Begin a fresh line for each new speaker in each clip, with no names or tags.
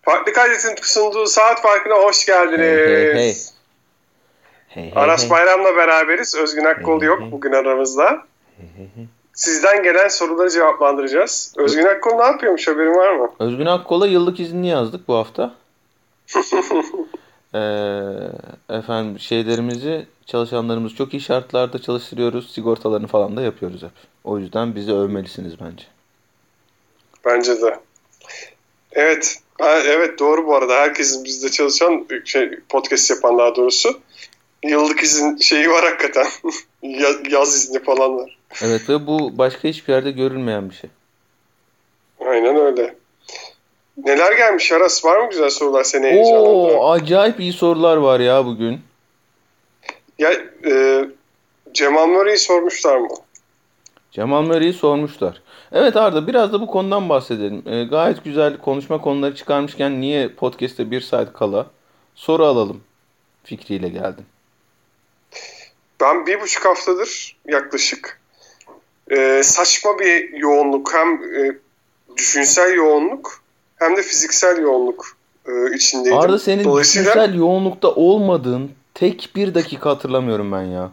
Farklı Kaydet'in sunduğu Saat Farkı'na hoş geldiniz.
Hey.
Aras Bayram'la beraberiz. Özgün Akkol yok bugün aramızda. Sizden gelen soruları cevaplandıracağız. Özgün Akkol ne yapıyormuş, haberin var mı?
Özgün Akkol'a yıllık iznini yazdık bu hafta. Efendim çalışanlarımızı çok iyi şartlarda çalıştırıyoruz. Sigortalarını falan da yapıyoruz hep. O yüzden bizi övmelisiniz bence.
Bence de. Evet. Evet, doğru bu arada. Herkesin bizde çalışan, podcast yapan daha doğrusu, yıllık izin şeyi var hakikaten. Yaz izni falan var.
Evet ve bu başka hiçbir yerde görülmeyen bir şey.
Aynen öyle. Neler gelmiş Aras? Var mı güzel sorular seni heyecanlandıran?
Acayip iyi sorular var ya bugün.
Ya Cemal Murray'i sormuşlar mı?
Cemal Murray'i sormuşlar. Evet Arda, biraz da bu konudan bahsedelim. Gayet güzel konuşma konuları çıkarmışken niye podcast'te bir saat kala soru alalım fikriyle geldim.
Ben 1,5 haftadır yaklaşık saçma bir yoğunluk, hem düşünsel yoğunluk hem de fiziksel yoğunluk içindeydim.
Arda, senin düşünsel yoğunlukta olmadığın tek bir dakika hatırlamıyorum ben ya.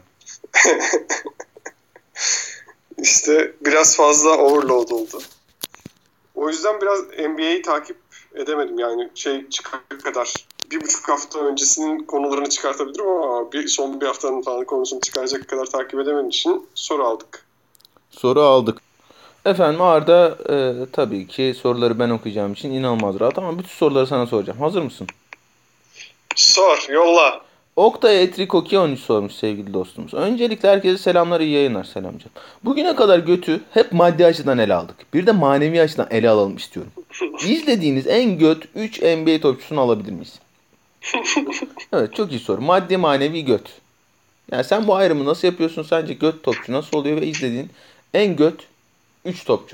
İşte biraz fazla overload oldu. O yüzden biraz NBA'yi takip edemedim, yani çıkacak kadar. 1,5 hafta öncesinin konularını çıkartabilirim ama son bir haftanın falan konusunu çıkaracak kadar takip edemediğim için soru aldık.
Efendim Arda, tabii ki soruları ben okuyacağım için inanılmaz rahat ama bütün soruları sana soracağım. Hazır mısın?
Sor, yolla.
Oktay Etrikoki 13 sormuş sevgili dostumuz. Öncelikle herkese selamlar, iyi yayınlar, selam canım. Bugüne kadar götü hep maddi açıdan ele aldık. Bir de manevi açıdan ele alalım istiyorum. İzlediğiniz en göt 3 NBA topçusunu alabilir miyiz? Evet, çok iyi soru. Maddi manevi göt. Yani sen bu ayrımı nasıl yapıyorsun? Sence göt topçu nasıl oluyor ve izlediğin en göt 3 topçu?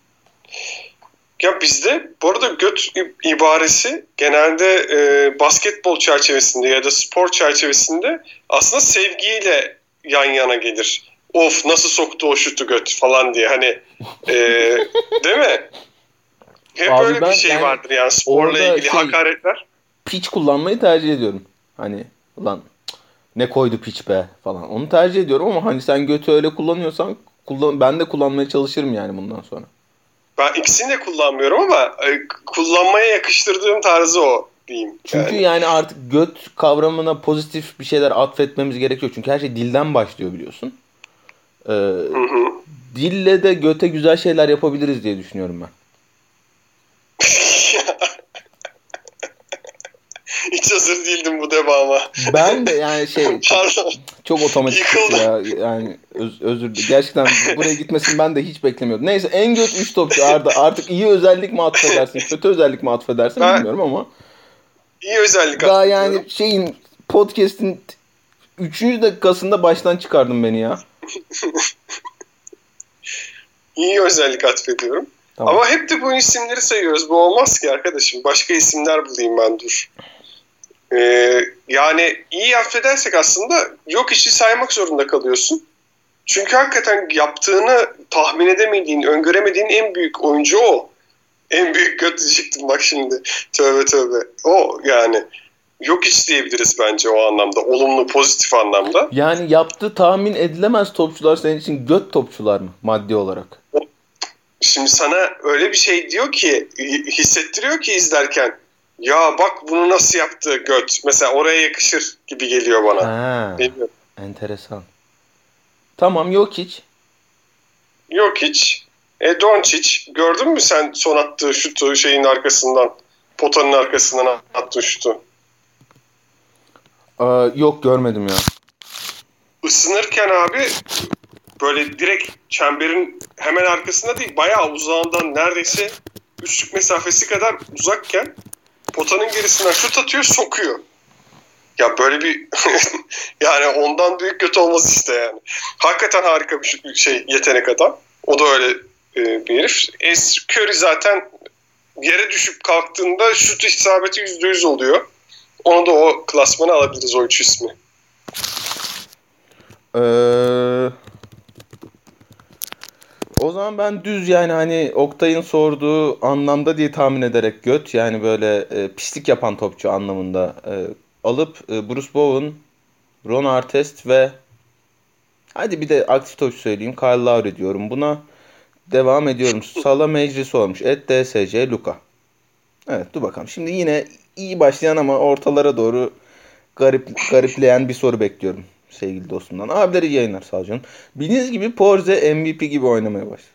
Ya bizde bu arada göt ibaresi genelde basketbol çerçevesinde ya da spor çerçevesinde aslında sevgiyle yan yana gelir. Of, nasıl soktu o şutu göt falan diye, hani değil mi? Hep
Abi
öyle bir şey vardır yani, sporla ilgili hakaretler.
Piç kullanmayı tercih ediyorum. Hani ulan ne koydu piç be falan. Onu tercih ediyorum ama hani sen götü öyle kullanıyorsan ben de kullanmaya çalışırım yani bundan sonra.
Ben ikisini de kullanmıyorum ama kullanmaya yakıştırdığım tarzı o diyeyim.
Çünkü yani artık göt kavramına pozitif bir şeyler atfetmemiz gerekiyor. Çünkü her şey dilden başlıyor biliyorsun. Dille de göte güzel şeyler yapabiliriz diye düşünüyorum ben.
Hiç hazır değildim bu devama.
Ben de yani çok otomatik ya. Yani özür dilerim. Gerçekten buraya gitmesini ben de hiç beklemiyordum. Neyse, en göt 3 topçu Arda. Artık iyi özellik mi atfedersin, kötü özellik mi atfedersin bilmiyorum ama.
İyi özellik
daha
atfediyorum.
Yani podcast'in 3. dakikasında baştan çıkardın beni ya.
İyi özellik atfediyorum. Tamam. Ama hep de bu isimleri sayıyoruz. Bu olmaz ki arkadaşım. Başka isimler bulayım ben, dur. Yani iyi affedersek aslında yok, işi saymak zorunda kalıyorsun. Çünkü hakikaten yaptığını tahmin edemediğin, öngöremediğin en büyük oyuncu o. En büyük göt diyecektim bak şimdi. Tövbe. O yani. Yok hiç diyebiliriz bence o anlamda. Olumlu, pozitif anlamda.
Yani yaptığı tahmin edilemez topçular senin için göt topçular mı maddi olarak?
Şimdi sana öyle bir şey diyor ki, hissettiriyor ki izlerken, ya bak bunu nasıl yaptı göt. Mesela oraya yakışır gibi geliyor bana.
Ha, enteresan. Tamam, Jokic.
Doncic. Gördün mü sen son attığı şutu şeyin arkasından, potanın arkasından attığı şutu?
Yok, görmedim ya.
Isınırken abi böyle direkt çemberin hemen arkasında değil, bayağı uzağından, neredeyse üçlük mesafesi kadar uzakken potanın gerisinden şut atıyor, sokuyor. Ya böyle bir yani ondan büyük kötü olmaz işte yani. Hakikaten harika bir yetenek adam. O da öyle bir herif. Curry zaten yere düşüp kalktığında şut isabeti %100 oluyor. Onu da o klasmana alabiliriz, o üç ismi.
O zaman ben düz yani hani Oktay'ın sorduğu anlamda diye tahmin ederek göt yani böyle pislik yapan topçu anlamında alıp Bruce Bowen, Ron Artest ve hadi bir de aktif topçu söyleyeyim Kyle Lowry diyorum. Buna devam ediyorum. Sala Mecri sormuş. DSC Luka. Evet dur bakalım. Şimdi yine iyi başlayan ama ortalara doğru garipleyen bir soru bekliyorum sevgili dostumdan. Abileri iyi yayınlar sağ olun. Bildiğiniz gibi Porze MVP gibi oynamaya başladı.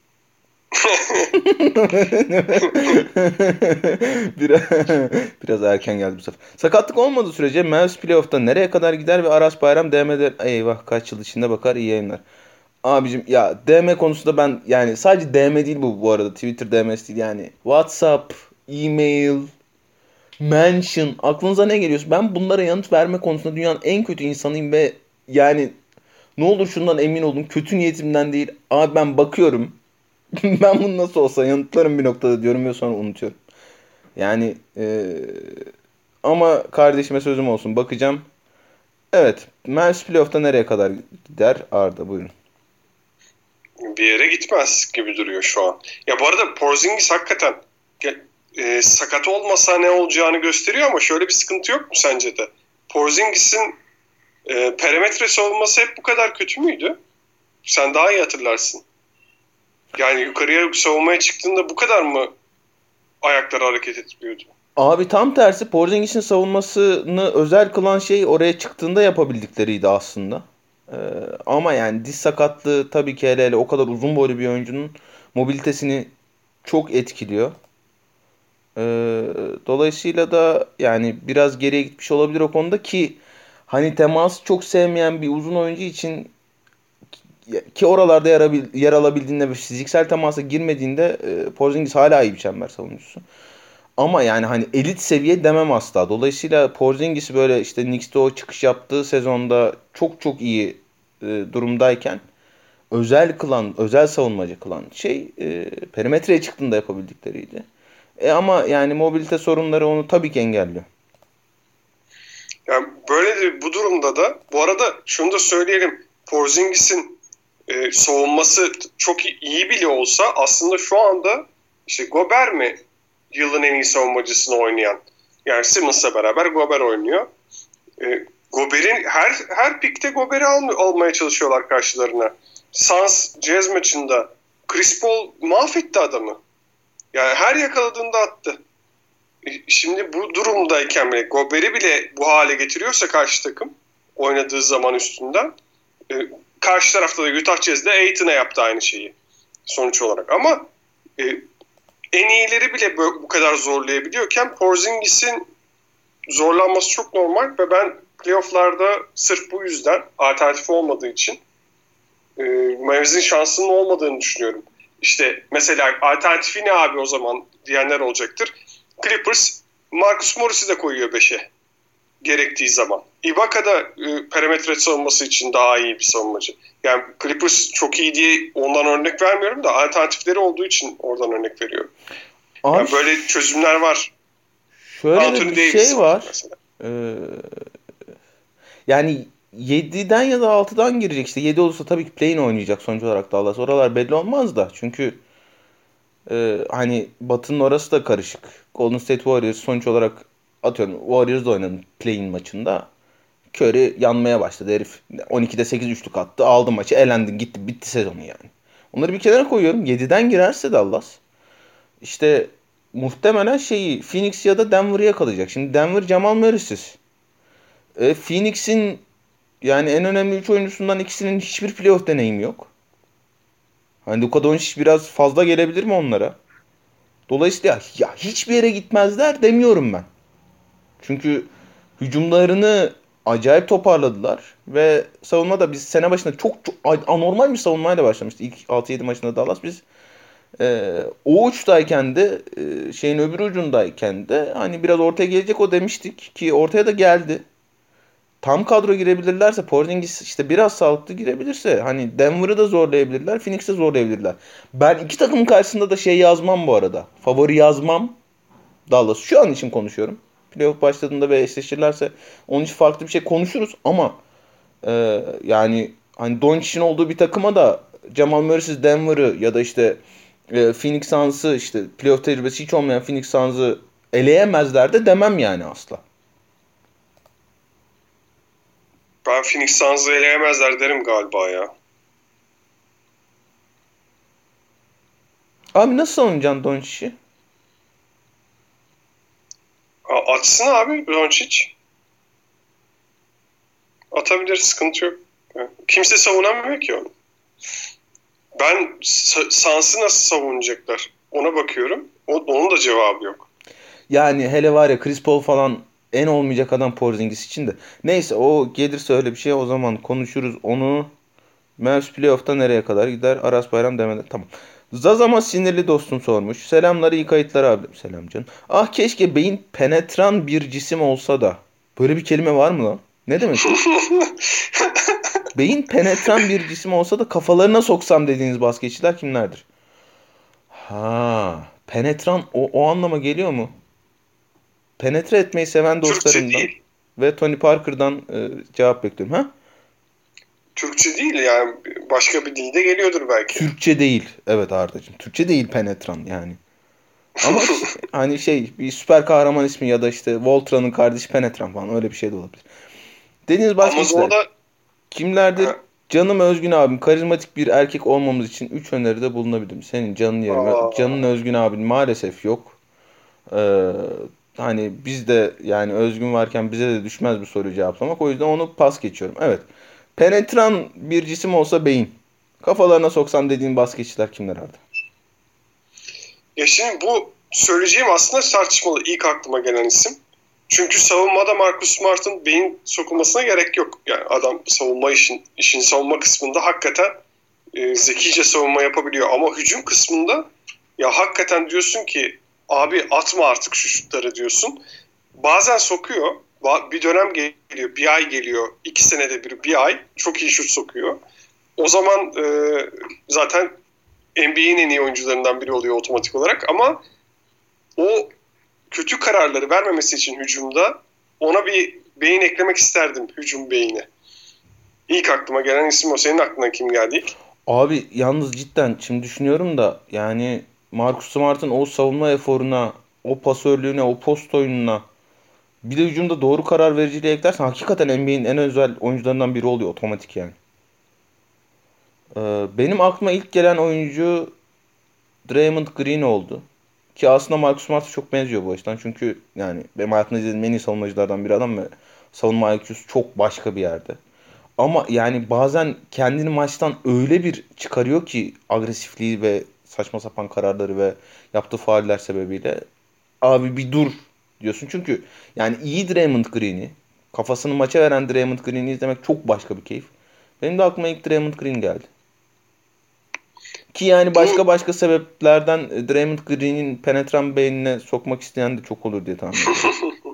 biraz, biraz erken geldi bu sefer. Sakatlık olmadığı sürece Mavs playoff'ta nereye kadar gider ve Aras Bayram DM'de eyvah kaç yıl içinde bakar iyi yayınlar. Abicim ya DM konusunda ben yani sadece DM değil bu arada Twitter DM'si değil yani WhatsApp, e-mail, mention aklınıza ne geliyorsa ben bunlara yanıt verme konusunda dünyanın en kötü insanıyım ve yani ne olur şundan emin olun kötü niyetimden değil abi ben bakıyorum ben bunu nasıl olsa yanıtlarım bir noktada diyorum ve sonra unutuyorum. Yani ama kardeşime sözüm olsun bakacağım. Evet Mavs playoff'ta nereye kadar gider Arda buyurun.
Bir yere gitmez gibi duruyor şu an. Ya bu arada Porzingis hakikaten sakat olmasa ne olacağını gösteriyor ama şöyle bir sıkıntı yok mu sence de? Porzingis'in perimetre savunması hep bu kadar kötü müydü? Sen daha iyi hatırlarsın. Yani yukarıya savunmaya çıktığında bu kadar mı ayakları hareket etmiyordu?
Abi tam tersi Porzingis'in savunmasını özel kılan şey oraya çıktığında yapabildikleriydi aslında. Ee, ama yani diz sakatlığı tabii ki hele o kadar uzun boylu bir oyuncunun mobilitesini çok etkiliyor. Ee, dolayısıyla da yani biraz geriye gitmiş olabilir o konuda ki hani temas çok sevmeyen bir uzun oyuncu için ki oralarda yer alabildiğinde ve fiziksel temasa girmediğinde Porzingis hala iyi bir çember savunucusu. Ama yani hani elit seviye demem asla. Dolayısıyla Porzingis'i böyle işte Knicks'te o çıkış yaptığı sezonda çok çok iyi durumdayken özel savunmacı kılan şey perimetreye çıktığında yapabildikleriydi. Ama yani mobilite sorunları onu tabii ki engelliyor.
Yani böyle de bu durumda da bu arada şunu da söyleyelim. Porzingis'in savunması çok iyi bile olsa aslında şu anda işte Gobert mi yılın en iyi savunmacısını oynayan? Yani Simmons'la beraber Gobert oynuyor. Gobert'in her pikte Gobert'i almaya çalışıyorlar karşılarına. Suns Jazz maçında Chris Paul mahvetti adamı. Yani her yakaladığında attı. Şimdi bu durumdayken bile Gobert'i bile bu hale getiriyorsa karşı takım oynadığı zaman üstünden karşı tarafta da Utah Jazz'de Ayton'a yaptı aynı şeyi sonuç olarak. Ama en iyileri bile bu kadar zorlayabiliyorken Porzingis'in zorlanması çok normal ve ben playoff'larda sırf bu yüzden alternatif olmadığı için Mavs'in şansının olmadığını düşünüyorum. İşte mesela alternatifi ne abi o zaman diyenler olacaktır. Clippers Marcus Morris'i de koyuyor 5'e gerektiği zaman. Ibaka da perimetre savunması için daha iyi bir savunmacı. Yani Clippers çok iyi diye ondan örnek vermiyorum da alternatifleri olduğu için oradan örnek veriyorum.
Abi,
yani böyle çözümler var.
Şöyle
Anthony
bir
Davis
şey var. Yani 7'den ya da 6'dan girecek işte. 7 olursa tabii ki play-in oynayacak sonuç olarak Dallas. Oralar belli olmaz da. Çünkü hani Batı'nın orası da karışık. Golden State Warriors sonuç olarak atıyorum Warriors'da oynadı play-in maçında. Curry yanmaya başladı herif. 12'de 8 üçlük attı. Aldı maçı. Elendi gitti. Bitti sezonu yani. Onları bir kenara koyuyorum. 7'den girerse Dallas. İşte muhtemelen Phoenix ya da Denver'ı kalacak. Şimdi Denver Jamal Murray'siz. Phoenix'in yani en önemli 3 oyuncusundan ikisinin hiçbir playoff deneyimi yok. Hani Luka Doncic biraz fazla gelebilir mi onlara? Dolayısıyla ya hiçbir yere gitmezler demiyorum ben. Çünkü hücumlarını acayip toparladılar ve savunma da biz sene başında çok anormal bir savunmayla başlamıştı. İlk 6-7 maçında Dallas biz o uçtayken de şeyin öbür ucundayken de hani biraz ortaya gelecek o demiştik ki ortaya da geldi. Tam kadro girebilirlerse Porzingis işte biraz sağlıklı girebilirse hani Denver'ı da zorlayabilirler, Phoenix'i de zorlayabilirler. Ben iki takımın karşısında da yazmam bu arada. Favori yazmam Dallas. Şu an için konuşuyorum. Playoff başladığında ve eşleşirlerse onun için farklı bir şey konuşuruz ama yani hani Doncic'in olduğu bir takıma da Jamal Murray'siz Denver'ı ya da işte Phoenix Suns'ı, işte playoff tecrübesi hiç olmayan Phoenix Suns'ı eleyemezler de demem yani asla.
Ben Phoenix Suns'ı eleyemezler derim galiba ya.
Abi nasıl savunacaksın Doncic'i?
Atsın abi Doncic. Atabilir, sıkıntı yok. Kimse savunamıyor ki onu. Ben Suns'ı nasıl savunacaklar ona bakıyorum. Onun da cevabı yok.
Yani hele var ya, Chris Paul falan en olmayacak adam Porzingis için de. Neyse, o gelirse öyle bir şey, o zaman konuşuruz onu. Mavs playoff'ta nereye kadar gider? Aras Bayram demedi. Tamam. Zazama sinirli dostum sormuş. Selamlar, iyi kayıtlar abi. Selam canım. Ah, keşke beyin penetran bir cisim olsa da. Böyle bir kelime var mı lan? Ne demek bu? Beyin penetran bir cisim olsa da kafalarına soksam dediğiniz basketçiler kimlerdir? Ha, penetran o anlama geliyor mu? Penetre etmeyi seven
Türkçe
dostlarımdan
değil.
ve Tony Parker'dan cevap bekliyorum. Ha?
Türkçe değil yani, başka bir dilde geliyordur belki.
Türkçe değil. Evet Arda'cığım. Türkçe değil penetran yani. Ama hani bir süper kahraman ismi ya da işte Voltron'un kardeşi Penetran falan, öyle bir şey de olabilir. Dediğiniz basketçiler
Amazon'da
kimlerdir? Canım Özgün abim, karizmatik bir erkek olmamız için 3 öneride bulunabilirim. Senin canın yerim. Canın
aa,
Özgün abin maalesef yok. Ee, Hani bizde yani Özgün varken bize de düşmez bu soruyu cevaplamak. O yüzden onu pas geçiyorum. Evet. Penetran bir cisim olsa beyin. Kafalarına soksam dediğin basketçiler kimler abi?
ya şimdi bu söyleyeceğim aslında tartışmalı, ilk aklıma gelen isim. Çünkü savunmada Marcus Smart'ın beyin sokulmasına gerek yok. Yani adam savunma işin savunma kısmında hakikaten zekice savunma yapabiliyor. Ama hücum kısmında ya hakikaten diyorsun ki abi atma artık şu şutları diyorsun. Bazen sokuyor. Bir dönem geliyor, bir ay geliyor, 2 senede bir ay çok iyi şut sokuyor. O zaman zaten NBA'in en iyi oyuncularından biri oluyor otomatik olarak. Ama o kötü kararları vermemesi için hücumda ona bir beyin eklemek isterdim, hücum beyni. İlk aklıma gelen isim o. Senin aklına kim geldi ilk?
Abi yalnız cidden şimdi düşünüyorum da yani Marcus Smart'ın o savunma eforuna, o pasörlüğüne, o post oyununa, bir de hücumda doğru karar vericiliği eklersen hakikaten NBA'in en özel oyuncularından biri oluyor otomatik yani. Benim aklıma ilk gelen oyuncu Draymond Green oldu. Ki aslında Marcus Smart'a çok benziyor bu açıdan. Çünkü yani benim hayatımda izlediğim en iyi savunmacılardan bir adam ve savunma IQ'su çok başka bir yerde. Ama yani bazen kendini maçtan öyle bir çıkarıyor ki, agresifliği ve saçma sapan kararları ve yaptığı fauller sebebiyle, abi bir dur diyorsun. Çünkü yani iyi Draymond Green'i, kafasını maça veren Draymond Green'i izlemek çok başka bir keyif. Benim de aklıma ilk Draymond Green geldi. Ki yani
Bu
başka sebeplerden Draymond Green'in penetran beynine sokmak isteyen de çok olur diye tahmin ediyorum.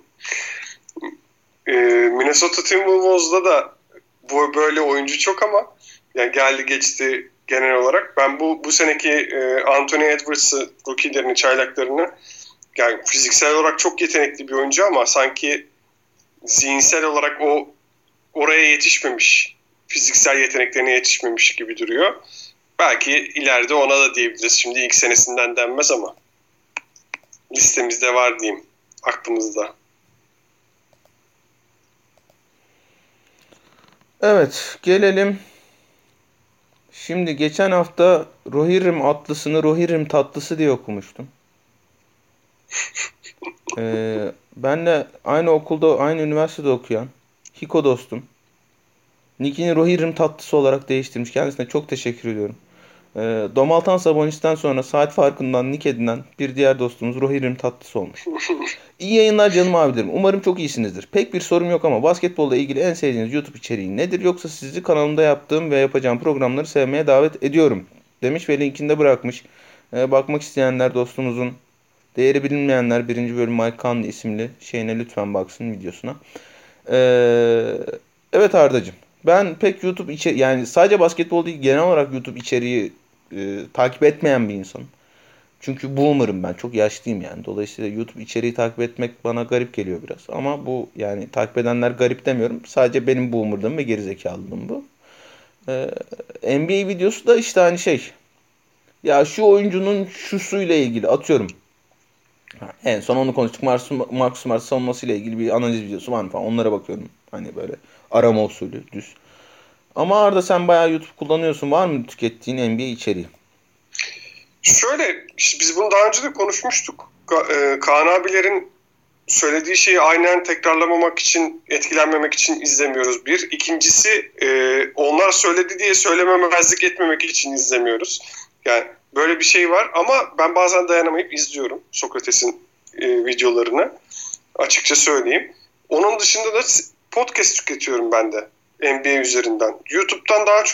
Minnesota Timberwolves'da da bu böyle oyuncu çok ama yani geldi geçti genel olarak. Ben bu seneki Anthony Edwards'ı, rookie'lerini, çaylaklarını, yani fiziksel olarak çok yetenekli bir oyuncu ama sanki zihinsel olarak oraya yetişmemiş, fiziksel yeteneklerine yetişmemiş gibi duruyor. Belki ileride ona da diyebiliriz. Şimdi ilk senesinden denmez ama listemizde var diyeyim, aklımızda.
Evet, gelelim. Şimdi geçen hafta Rohirrim atlısını Rohirrim tatlısı diye okumuştum. Benle aynı okulda, aynı üniversitede okuyan Hiko dostum nickini Rohirrim tatlısı olarak değiştirmiş. Kendisine çok teşekkür ediyorum. Domaltan Sabonis'ten sonra saat farkından nick edinen bir diğer dostumuz Rohirrim tatlısı olmuş. İyi yayınlar canım abilerim. Umarım çok iyisinizdir. Pek bir sorum yok ama basketbolla ilgili en sevdiğiniz YouTube içeriği nedir? Yoksa sizi kanalımda yaptığım ve yapacağım programları sevmeye davet ediyorum demiş ve linkini de bırakmış. Bakmak isteyenler, dostumuzun değeri bilinmeyenler birinci bölüm Mike Conley isimli şeyine lütfen baksın, videosuna. Evet Ardacığım. Ben pek YouTube yani sadece basketbol değil, genel olarak YouTube içeriği takip etmeyen bir insanım. Çünkü boomer'ım ben. Çok yaşlıyım yani. Dolayısıyla YouTube içeriği takip etmek bana garip geliyor biraz. Ama bu yani takip edenler garip demiyorum. Sadece benim boomer'lığım ve gerizekalılığım bu. NBA videosu da işte hani şey. Ya şu oyuncunun şusuyla ilgili atıyorum. En son onu konuştuk. Marcus Smart savunmasıyla ilgili bir analiz videosu var mı falan. Onlara bakıyorum. Hani böyle arama usulü düz. Ama Arda sen bayağı YouTube kullanıyorsun. Var mı tükettiğin NBA içeriği?
Şöyle, işte biz bunu daha önce de konuşmuştuk. Kaan abilerin söylediği şeyi aynen tekrarlamamak için, etkilenmemek için izlemiyoruz. Bir. İkincisi, onlar söyledi diye söylememezlik etmemek için izlemiyoruz. Yani böyle bir şey var ama ben bazen dayanamayıp izliyorum Sokrates'in videolarını. Açıkça söyleyeyim. Onun dışında da podcast tüketiyorum ben de NBA üzerinden. YouTube'dan daha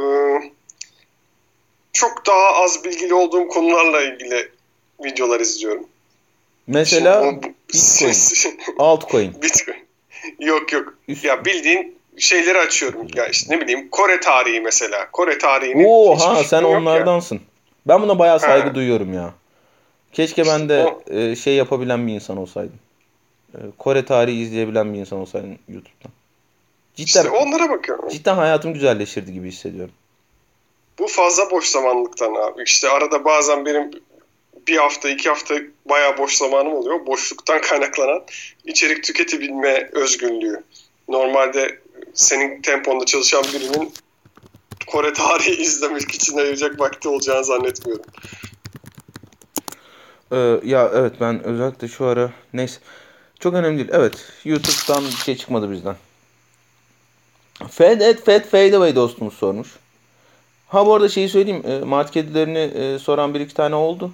çok daha az bilgili olduğum konularla ilgili videolar izliyorum.
Mesela Bitcoin, altcoin.
Bitcoin. Yok.
Üst...
Ya bildiğin şeyleri açıyorum. Ya işte ne bileyim Kore tarihi mesela. Kore tarihini
Oha sen onlardansın. Ya. Ben buna bayağı saygı duyuyorum ya. Keşke
işte
ben de şey yapabilen bir insan olsaydım. Kore tarihi izleyebilen bir insan olsaydım YouTube'dan.
Cidden, işte onlara bakıyorum.
Cidden hayatım güzelleşirdi gibi hissediyorum.
Bu fazla boş zamanlıktan abi. İşte arada bazen benim bir hafta, 2 hafta bayağı boş zamanım oluyor. Boşluktan kaynaklanan içerik tüketebilme özgürlüğü. Normalde senin temponda çalışan birinin Kore tarihi izlemek için ayıracak vakti olacağını zannetmiyorum.
Ya evet ben özellikle şu ara neyse çok önemli değil. Evet YouTube'dan bir şey çıkmadı bizden. Fed Fadeaway dostumuz sormuş. Ha bu arada şeyi söyleyeyim. Mart kedilerini soran bir iki tane oldu.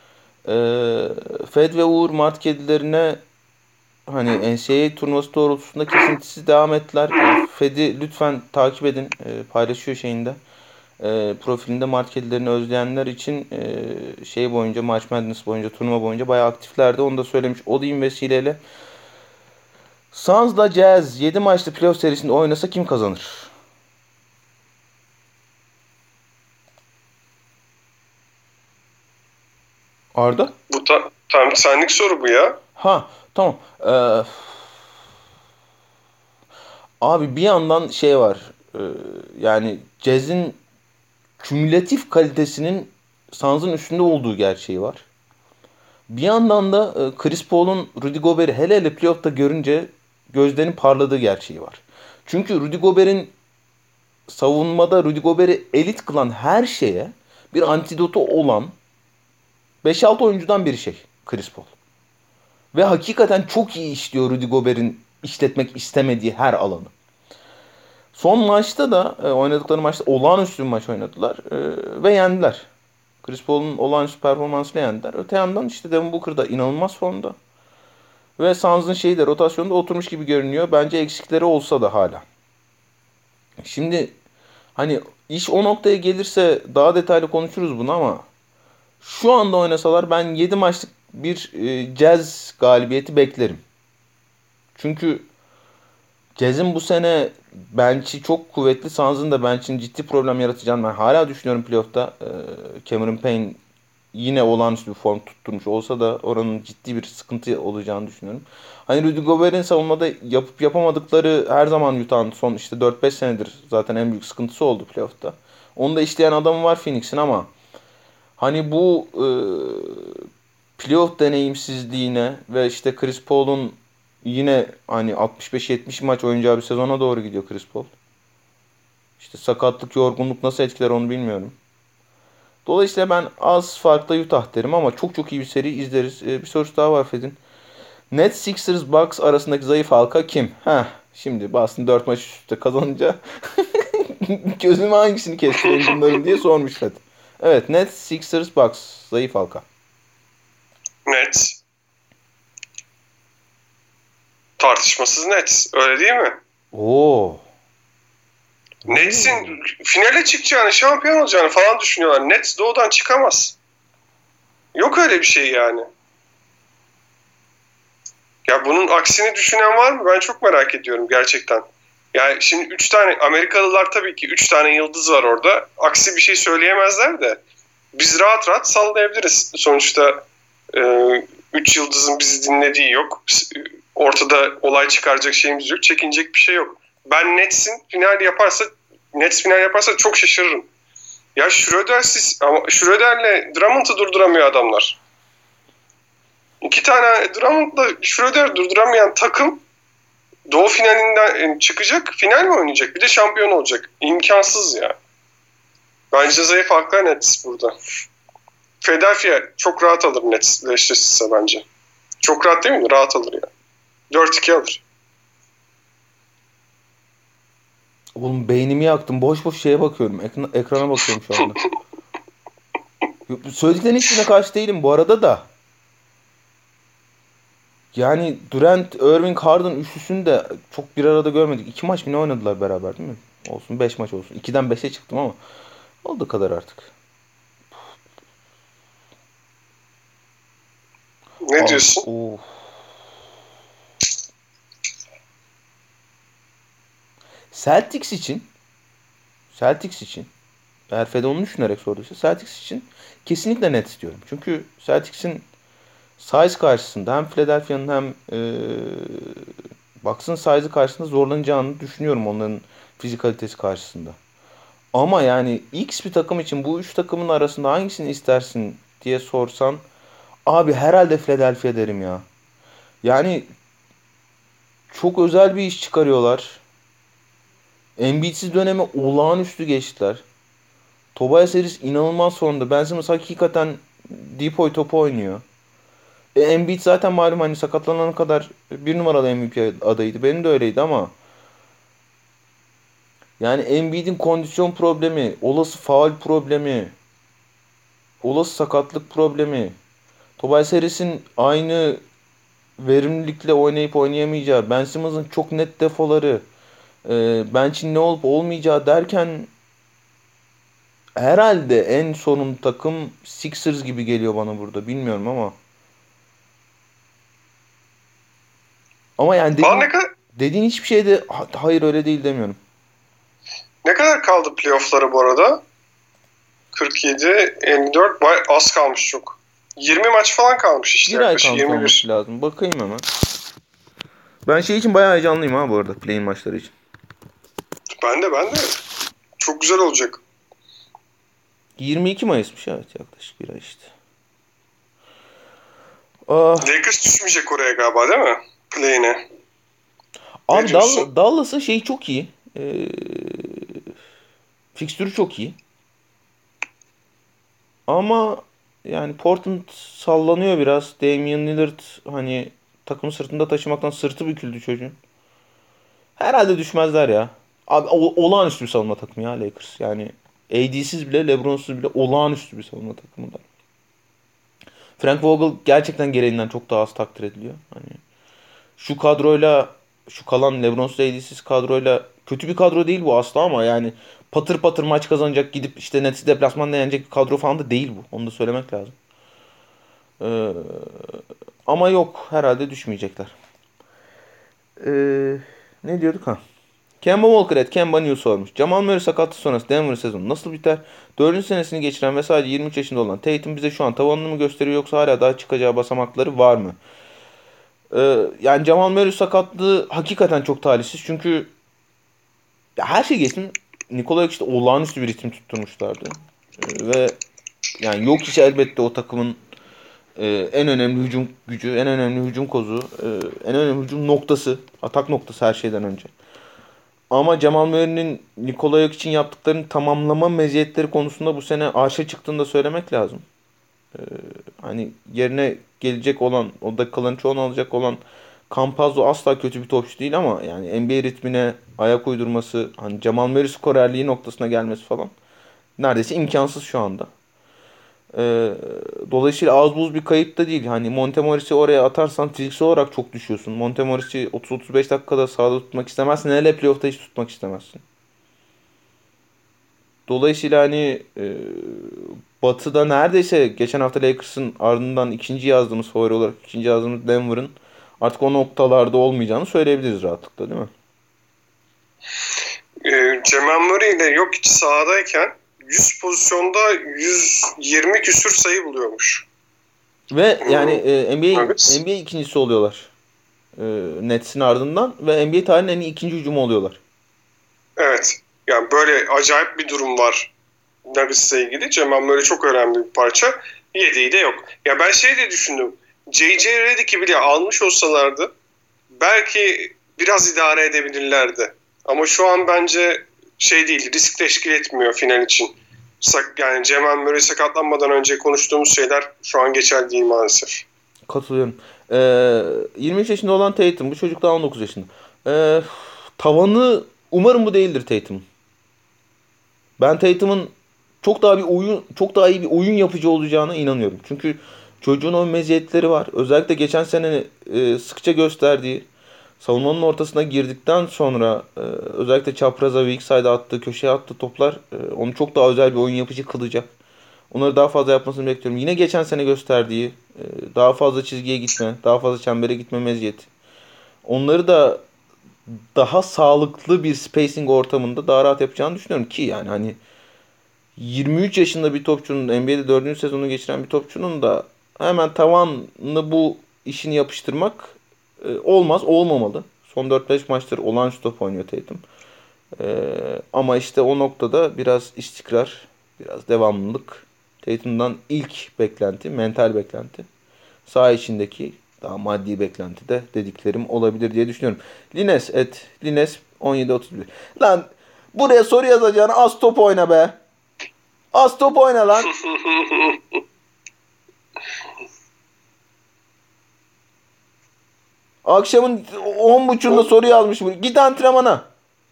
Fed ve Uğur Mart kedilerine hani NCAA turnuvası doğrultusunda kesintisiz devam ettiler. Fed'i lütfen takip edin. Paylaşıyor şeyinde. Profilinde Mart kedilerini özleyenler için şey boyunca March Madness boyunca turnuva boyunca bayağı aktiflerdi. Onu da söylemiş olayım vesileyle. Suns'la Jazz 7 maçlı playoff serisinde oynasa kim kazanır? Arda?
Bu tam senlik soru bu ya.
Ha tamam. Abi bir yandan şey var. Yani Jazz'in kümülatif kalitesinin Suns'ın üstünde olduğu gerçeği var. Bir yandan da Chris Paul'un Rudy Gobert'i hele playoff'ta görünce gözlerinin parladığı gerçeği var. Çünkü Rudy Gobert'in savunmada Rudy Gobert'i elit kılan her şeye bir antidotu olan 5-6 oyuncudan biri şey Chris Paul. Ve hakikaten çok iyi işliyor Rudy Gobert'in işletmek istemediği her alanı. Son maçta da oynadıkları maçta olağanüstü bir maç oynadılar ve yendiler. Chris Paul'un olağanüstü performansıyla yendiler. Öte yandan işte Devin Booker da inanılmaz formda. Ve Suns'ın şeyi de rotasyonda oturmuş gibi görünüyor. Bence eksikleri olsa da hala. Şimdi hani iş o noktaya gelirse daha detaylı konuşuruz bunu ama şu anda oynasalar ben 7 maçlık bir Jazz galibiyeti beklerim. Çünkü Jazz'in bu sene bench'i çok kuvvetli. Suns'ın da bench'in ciddi problem yaratacağını ben hala düşünüyorum playoff'ta. Cameron Payne yine olağanüstü bir form tutturmuş olsa da oranın ciddi bir sıkıntı olacağını düşünüyorum. Hani Rudy Gobert'in savunmada yapıp yapamadıkları her zaman Utah'ın son işte 4-5 senedir zaten en büyük sıkıntısı oldu playoff'ta. Onu da işleyen adamı var Phoenix'in ama hani bu playoff deneyimsizliğine ve işte Chris Paul'un yine hani 65-70 maç oynayacağı bir sezona doğru gidiyor Chris Paul. İşte sakatlık, yorgunluk nasıl etkiler onu bilmiyorum. Dolayısıyla ben az farkla Utah derim ama çok çok iyi bir seri izleriz. Bir sorusu daha var Fed'in. Nets, Sixers, Bucks arasındaki zayıf halka kim? Şimdi Boston 4 maç üst üste kazanınca gözüme hangisini kestireyim bunların diye sormuş Fed. Evet Nets, Sixers, Bucks zayıf halka.
Nets. Tartışmasız Nets. Öyle değil mi?
Oo.
Nets'in finale çıkacağını, şampiyon olacağını falan düşünüyorlar. Nets doğudan çıkamaz. Yok öyle bir şey yani. Ya bunun aksini düşünen var mı? Ben çok merak ediyorum gerçekten. Yani şimdi 3 tane Amerikalılar tabii ki 3 tane yıldız var orada. Aksi bir şey söyleyemezler de. Biz rahat rahat sallayabiliriz. Sonuçta 3 yıldızın bizi dinlediği yok. Ortada olay çıkaracak şeyimiz yok. Çekinecek bir şey yok. Ben Nets'in final yaparsa Nets final yaparsa çok şaşırırım. Ya Schröder'le Drummond'u durduramıyor adamlar. 2 tane Drummond'la Schröder durduramayan takım Doğu finalinden çıkacak, final mi oynayacak? Bir de şampiyon olacak. İmkansız ya. Bence zayıf haklar Nets burada. Philadelphia çok rahat alır Nets'le eşleşirse bence. Çok rahat değil mi? Rahat alır ya. 4-2 alır.
Oğlum beynimi yaktım. Boş boş şeye bakıyorum. Ekrana bakıyorum şu anda. Söylediklerinin hiçbirine karşı değilim bu arada da. Yani Durant, Irving, Harden üçlüsünü de çok bir arada görmedik. 2 maç mı ne oynadılar beraber değil mi? Olsun 5 maç olsun. 2'den 5'e çıktım ama olduğu kadar artık.
Ne diyorsun?
Oh. Celtics için eğer Fede onu düşünerek sorduysa Celtics için kesinlikle net istiyorum. Çünkü Celtics'in size karşısında hem Philadelphia'nın hem Bucks'ın size'ı karşısında zorlanacağını düşünüyorum onların fizikalitesi karşısında. Ama yani X bir takım için bu üç takımın arasında hangisini istersin diye sorsan abi herhalde Philadelphia derim ya. Yani çok özel bir iş çıkarıyorlar. Embiid'siz dönemi olağanüstü geçtiler. Tobias Harris inanılmaz formda. Ben Simmons hakikaten deep boy topu oynuyor. Embiid zaten malum hani sakatlanana kadar bir numaralı MVP adayıydı. Benim de öyleydi ama yani Embiid'in kondisyon problemi, olası faul problemi, olası sakatlık problemi, Tobias Harris'in aynı verimlilikle oynayıp oynayamayacağı, Ben Simmons'ın çok net defoları, bench'in ne olup olmayacağı derken herhalde en sonun takım Sixers gibi geliyor bana burada. Bilmiyorum ama. Ama yani dediğin hiçbir şeyde hayır öyle değil demiyorum.
Ne kadar kaldı playoff'lara bu arada? 47, 54, az kalmış çok. 20 maç falan kalmış işte.
Bir ay kalmış
21.
olması lazım. Bakayım hemen. Ben şey için bayağı heyecanlıyım ha bu arada. Play-in maçları için.
Ben de. Çok güzel olacak.
22 Mayıs'mış evet yaklaşık bir ay işte.
Lakers düşmeyecek oraya galiba değil mi? Play-in'e.
Abi Dallas'ın şeyi çok iyi. Fikstürü çok iyi. Ama yani Portland sallanıyor biraz. Damian Lillard hani takımı sırtında taşımaktan sırtı büküldü çocuğun. Herhalde düşmezler ya. Abi olağanüstü bir savunma takımı ya Lakers. Yani AD'siz bile LeBron'suz bile olağanüstü bir savunma takımı da. Frank Vogel gerçekten gereğinden çok daha az takdir ediliyor. Hani şu kadroyla şu kalan LeBron'suz AD'siz kadroyla kötü bir kadro değil bu asla ama yani patır patır maç kazanacak gidip işte Nets'i deplasmanda yenecek bir kadro falan da değil bu. Onu da söylemek lazım. Ama yok herhalde düşmeyecekler. Ne diyorduk ha? Kemba Walker et Kemba News sormuş. Jamal Murray sakatlığı sonrası Denver sezonu nasıl biter? 4. senesini geçiren ve sadece 23 yaşında olan Tatum bize şu an tavanını mı gösteriyor yoksa hala daha çıkacağı basamakları var mı? Yani Jamal Murray sakatlığı hakikaten çok talihsiz. Çünkü ya her şey geçtim. Nikola Jokic'te olağanüstü bir ritim tutturmuşlardı. Ve yani Jokic elbette o takımın en önemli hücum gücü, en önemli hücum kozu, en önemli hücum noktası, atak noktası her şeyden önce. Ama Jamal Murray'nin Nikola Jokic'in yaptıklarını tamamlama meziyetleri konusunda bu sene arşa çıktığını da söylemek lazım. Hani yerine gelecek olan, o dakikaların çoğunu alacak olan Campazzo asla kötü bir topçu değil ama yani NBA ritmine ayak uydurması, hani Jamal Murray skorerliği noktasına gelmesi falan neredeyse imkansız şu anda. Dolayısıyla az buz bir kayıp da değil. Hani Montemoris'i oraya atarsan fiziksel olarak çok düşüyorsun. Montemoris'i 30-35 dakikada sahada tutmak istemezsin. Hele playoff'ta hiç tutmak istemezsin. Dolayısıyla hani Batı'da neredeyse geçen hafta Lakers'ın ardından ikinci yazdığımız favori olarak ikinci yazdığımız Denver'ın artık o noktalarda olmayacağını söyleyebiliriz rahatlıkla değil mi?
Jamal Murray ile Jokic sahadayken 100 pozisyonda 120 küsür sayı buluyormuş.
Ve yani NBA ikincisi oluyorlar. Nets'in ardından ve NBA tarihinin en iyi ikinci hücumu oluyorlar.
Evet. Yani böyle acayip bir durum var Nuggets'la ilgili. Jamal Murray çok önemli bir parça. Yedeği de yok. Ya ben şey de düşündüm. J.J. Redick'i bile almış olsalardı belki biraz idare edebilirlerdi. Ama şu an bence şey değil, risk teşkil etmiyor final için. Yani Jamal Murray sakatlanmadan önce konuştuğumuz şeyler şu an geçerli değil maalesef.
Katılıyorum. 23 yaşında olan Tatum. Bu çocuk daha 19 yaşında. Tavanı umarım bu değildir Tatum. Ben Tatum'un çok daha iyi bir oyun yapıcı olacağına inanıyorum. Çünkü çocuğun o meziyetleri var. Özellikle geçen sene sıkça gösterdiği savunmanın ortasına girdikten sonra özellikle çapraza, weak side'a attığı, köşeye attığı toplar onu çok daha özel bir oyun yapıcı kılacak. Onları daha fazla yapmasını bekliyorum. Yine geçen sene gösterdiği daha fazla çizgiye gitme, daha fazla çembere gitme meziyeti. Onları da daha sağlıklı bir spacing ortamında daha rahat yapacağını düşünüyorum ki yani hani 23 yaşında bir topçunun NBA'de 4. sezonu geçiren bir topçunun da hemen tavanını bu işini yapıştırmak olmamalı. Son 4-5 maçtır olağanüstü top oynuyor Tatum. Ama işte o noktada biraz istikrar, biraz devamlılık. Tatum'dan ilk beklenti, mental beklenti. Saha içindeki daha maddi beklenti de dediklerim olabilir diye düşünüyorum. Lines 17-31. Lan buraya soru yazacağına az top oyna be. Az top oyna lan. Akşamın 10.30'unda soru yazmış bu. Git antrenmana.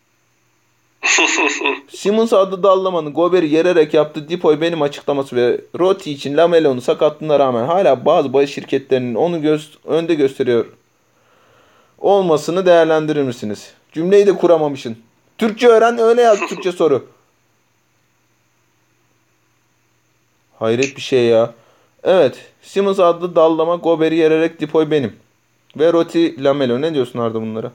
Simmons adlı dallamanın Gobert'i yererek yaptığı Dipoy benim açıklaması ve Roti için Lamelo'nun sakatlığına rağmen hala bazı bahis şirketlerinin onu önde gösteriyor olmasını değerlendirir misiniz? Cümleyi de kuramamışsın. Türkçe öğren öyle yaz Türkçe soru. Hayret bir şey ya. Evet. Simmons adlı dallama Gobert'i yererek Dipoy benim. Ve Roti Lamelo. Ne diyorsun Arda bunlara?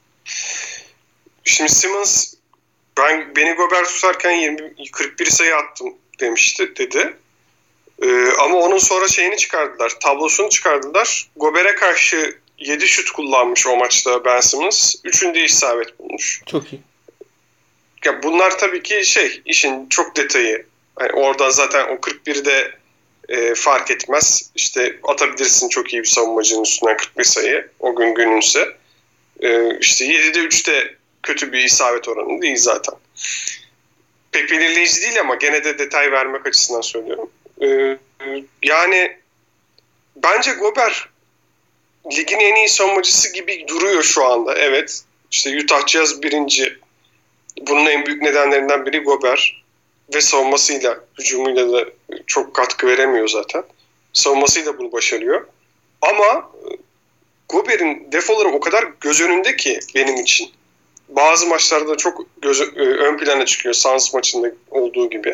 Şimdi Simmons beni Gobert tutarken 41 sayı attım dedi. Ama onun sonra şeyini çıkardılar. Tablosunu çıkardılar. Gobert'e karşı 7 şut kullanmış o maçta Ben Simmons. 3'ünde isabet bulmuş.
Çok iyi.
Ya bunlar tabii ki işin çok detayı. Yani oradan zaten o 41'de fark etmez. İşte atabilirsin çok iyi bir savunmacının üstünden 41 sayı. O gün gününse. İşte 7'de 3'te kötü bir isabet oranı değil zaten. Pek belirleyici değil ama gene de detay vermek açısından söylüyorum. Yani bence Gobert ligin en iyi savunmacısı gibi duruyor şu anda. Evet. İşte Utah Jazz birinci. Bunun en büyük nedenlerinden biri Gobert. Ve savunmasıyla, hücumuyla da çok katkı veremiyor zaten. Savunmasıyla bunu başarıyor. Ama Gobert'in defoları o kadar göz önünde ki benim için. Bazı maçlarda çok ön plana çıkıyor. Suns maçında olduğu gibi.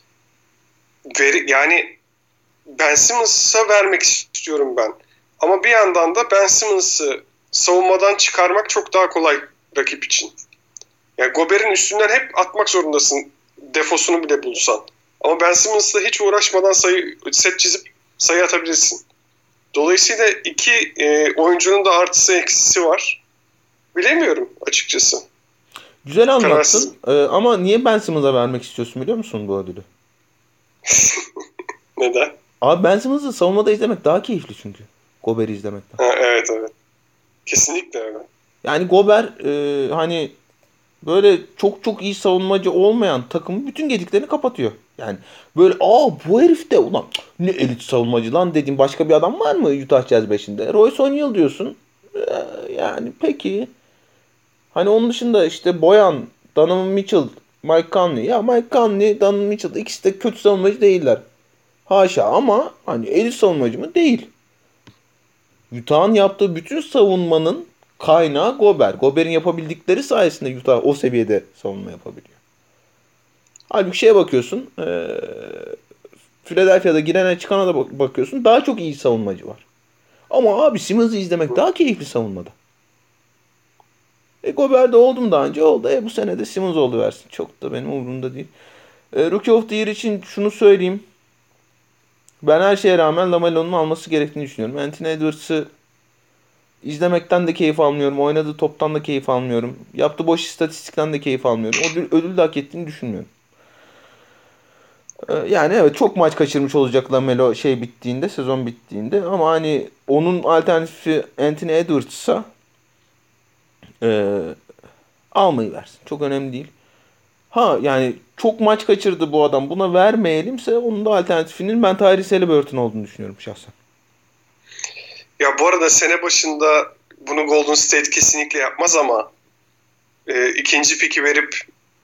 Yani Ben Simmons'a vermek istiyorum ben. Ama bir yandan da Ben Simmons'ı savunmadan çıkarmak çok daha kolay rakip için. Yani Gobert'in üstünden hep atmak zorundasın. Defosunu bile bulsan. Ama Ben Simmons'la hiç uğraşmadan set çizip sayı atabilirsin. Dolayısıyla iki oyuncunun da artısı eksisi var. Bilemiyorum açıkçası.
Güzel anlattın. Ama niye Ben Simmons'a vermek istiyorsun biliyor musun bu ödülü?
Neden?
Abi Ben Simmons'ı savunmada izlemek daha keyifli çünkü. Gobert'i izlemekten.
Evet. Kesinlikle öyle.
Yani Gobert hani böyle çok iyi savunmacı olmayan takımın bütün gediklerini kapatıyor. Yani böyle bu herif de ulan ne elit savunmacı lan dediğin başka bir adam var mı Utah Jazz 5'inde? Royce O'Neal diyorsun. Yani peki. Hani onun dışında işte Boyan, Donovan Mitchell, Mike Conley. Ya Mike Conley, Donovan Mitchell ikisi de kötü savunmacı değiller. Haşa ama hani elit savunmacı mı? Değil. Utah'ın yaptığı bütün savunmanın kaynağı Gobert. Gobert'in yapabildikleri sayesinde Utah o seviyede savunma yapabiliyor. Halbuki şeye bakıyorsun. Philadelphia'da girene çıkana da bakıyorsun. Daha çok iyi savunmacı var. Ama abi Simmons'ı izlemek daha keyifli savunmada. Gobert'de oldum daha önce oldu. Bu sene de Simmons oldu versin. Çok da benim umurumda değil. Rookie of the Year için şunu söyleyeyim. Ben her şeye rağmen Lamelo'nun alması gerektiğini düşünüyorum. Anthony Edwards'ı İzlemekten de keyif almıyorum. Oynadığı toptan da keyif almıyorum. Yaptığı boş istatistikten de keyif almıyorum. O ödül de hak ettiğini düşünmüyorum. Yani evet çok maç kaçırmış olacak Lamelo bittiğinde, sezon bittiğinde ama hani onun alternatifi Anthony Edwards'sa e, almayı versin. Çok önemli değil. Ha yani çok maç kaçırdı bu adam. Buna vermeyelimse onun da alternatifinin ben Tyrese Haliburton olduğunu düşünüyorum şahsen.
Ya bu arada sene başında bunu Golden State kesinlikle yapmaz ama ikinci piki verip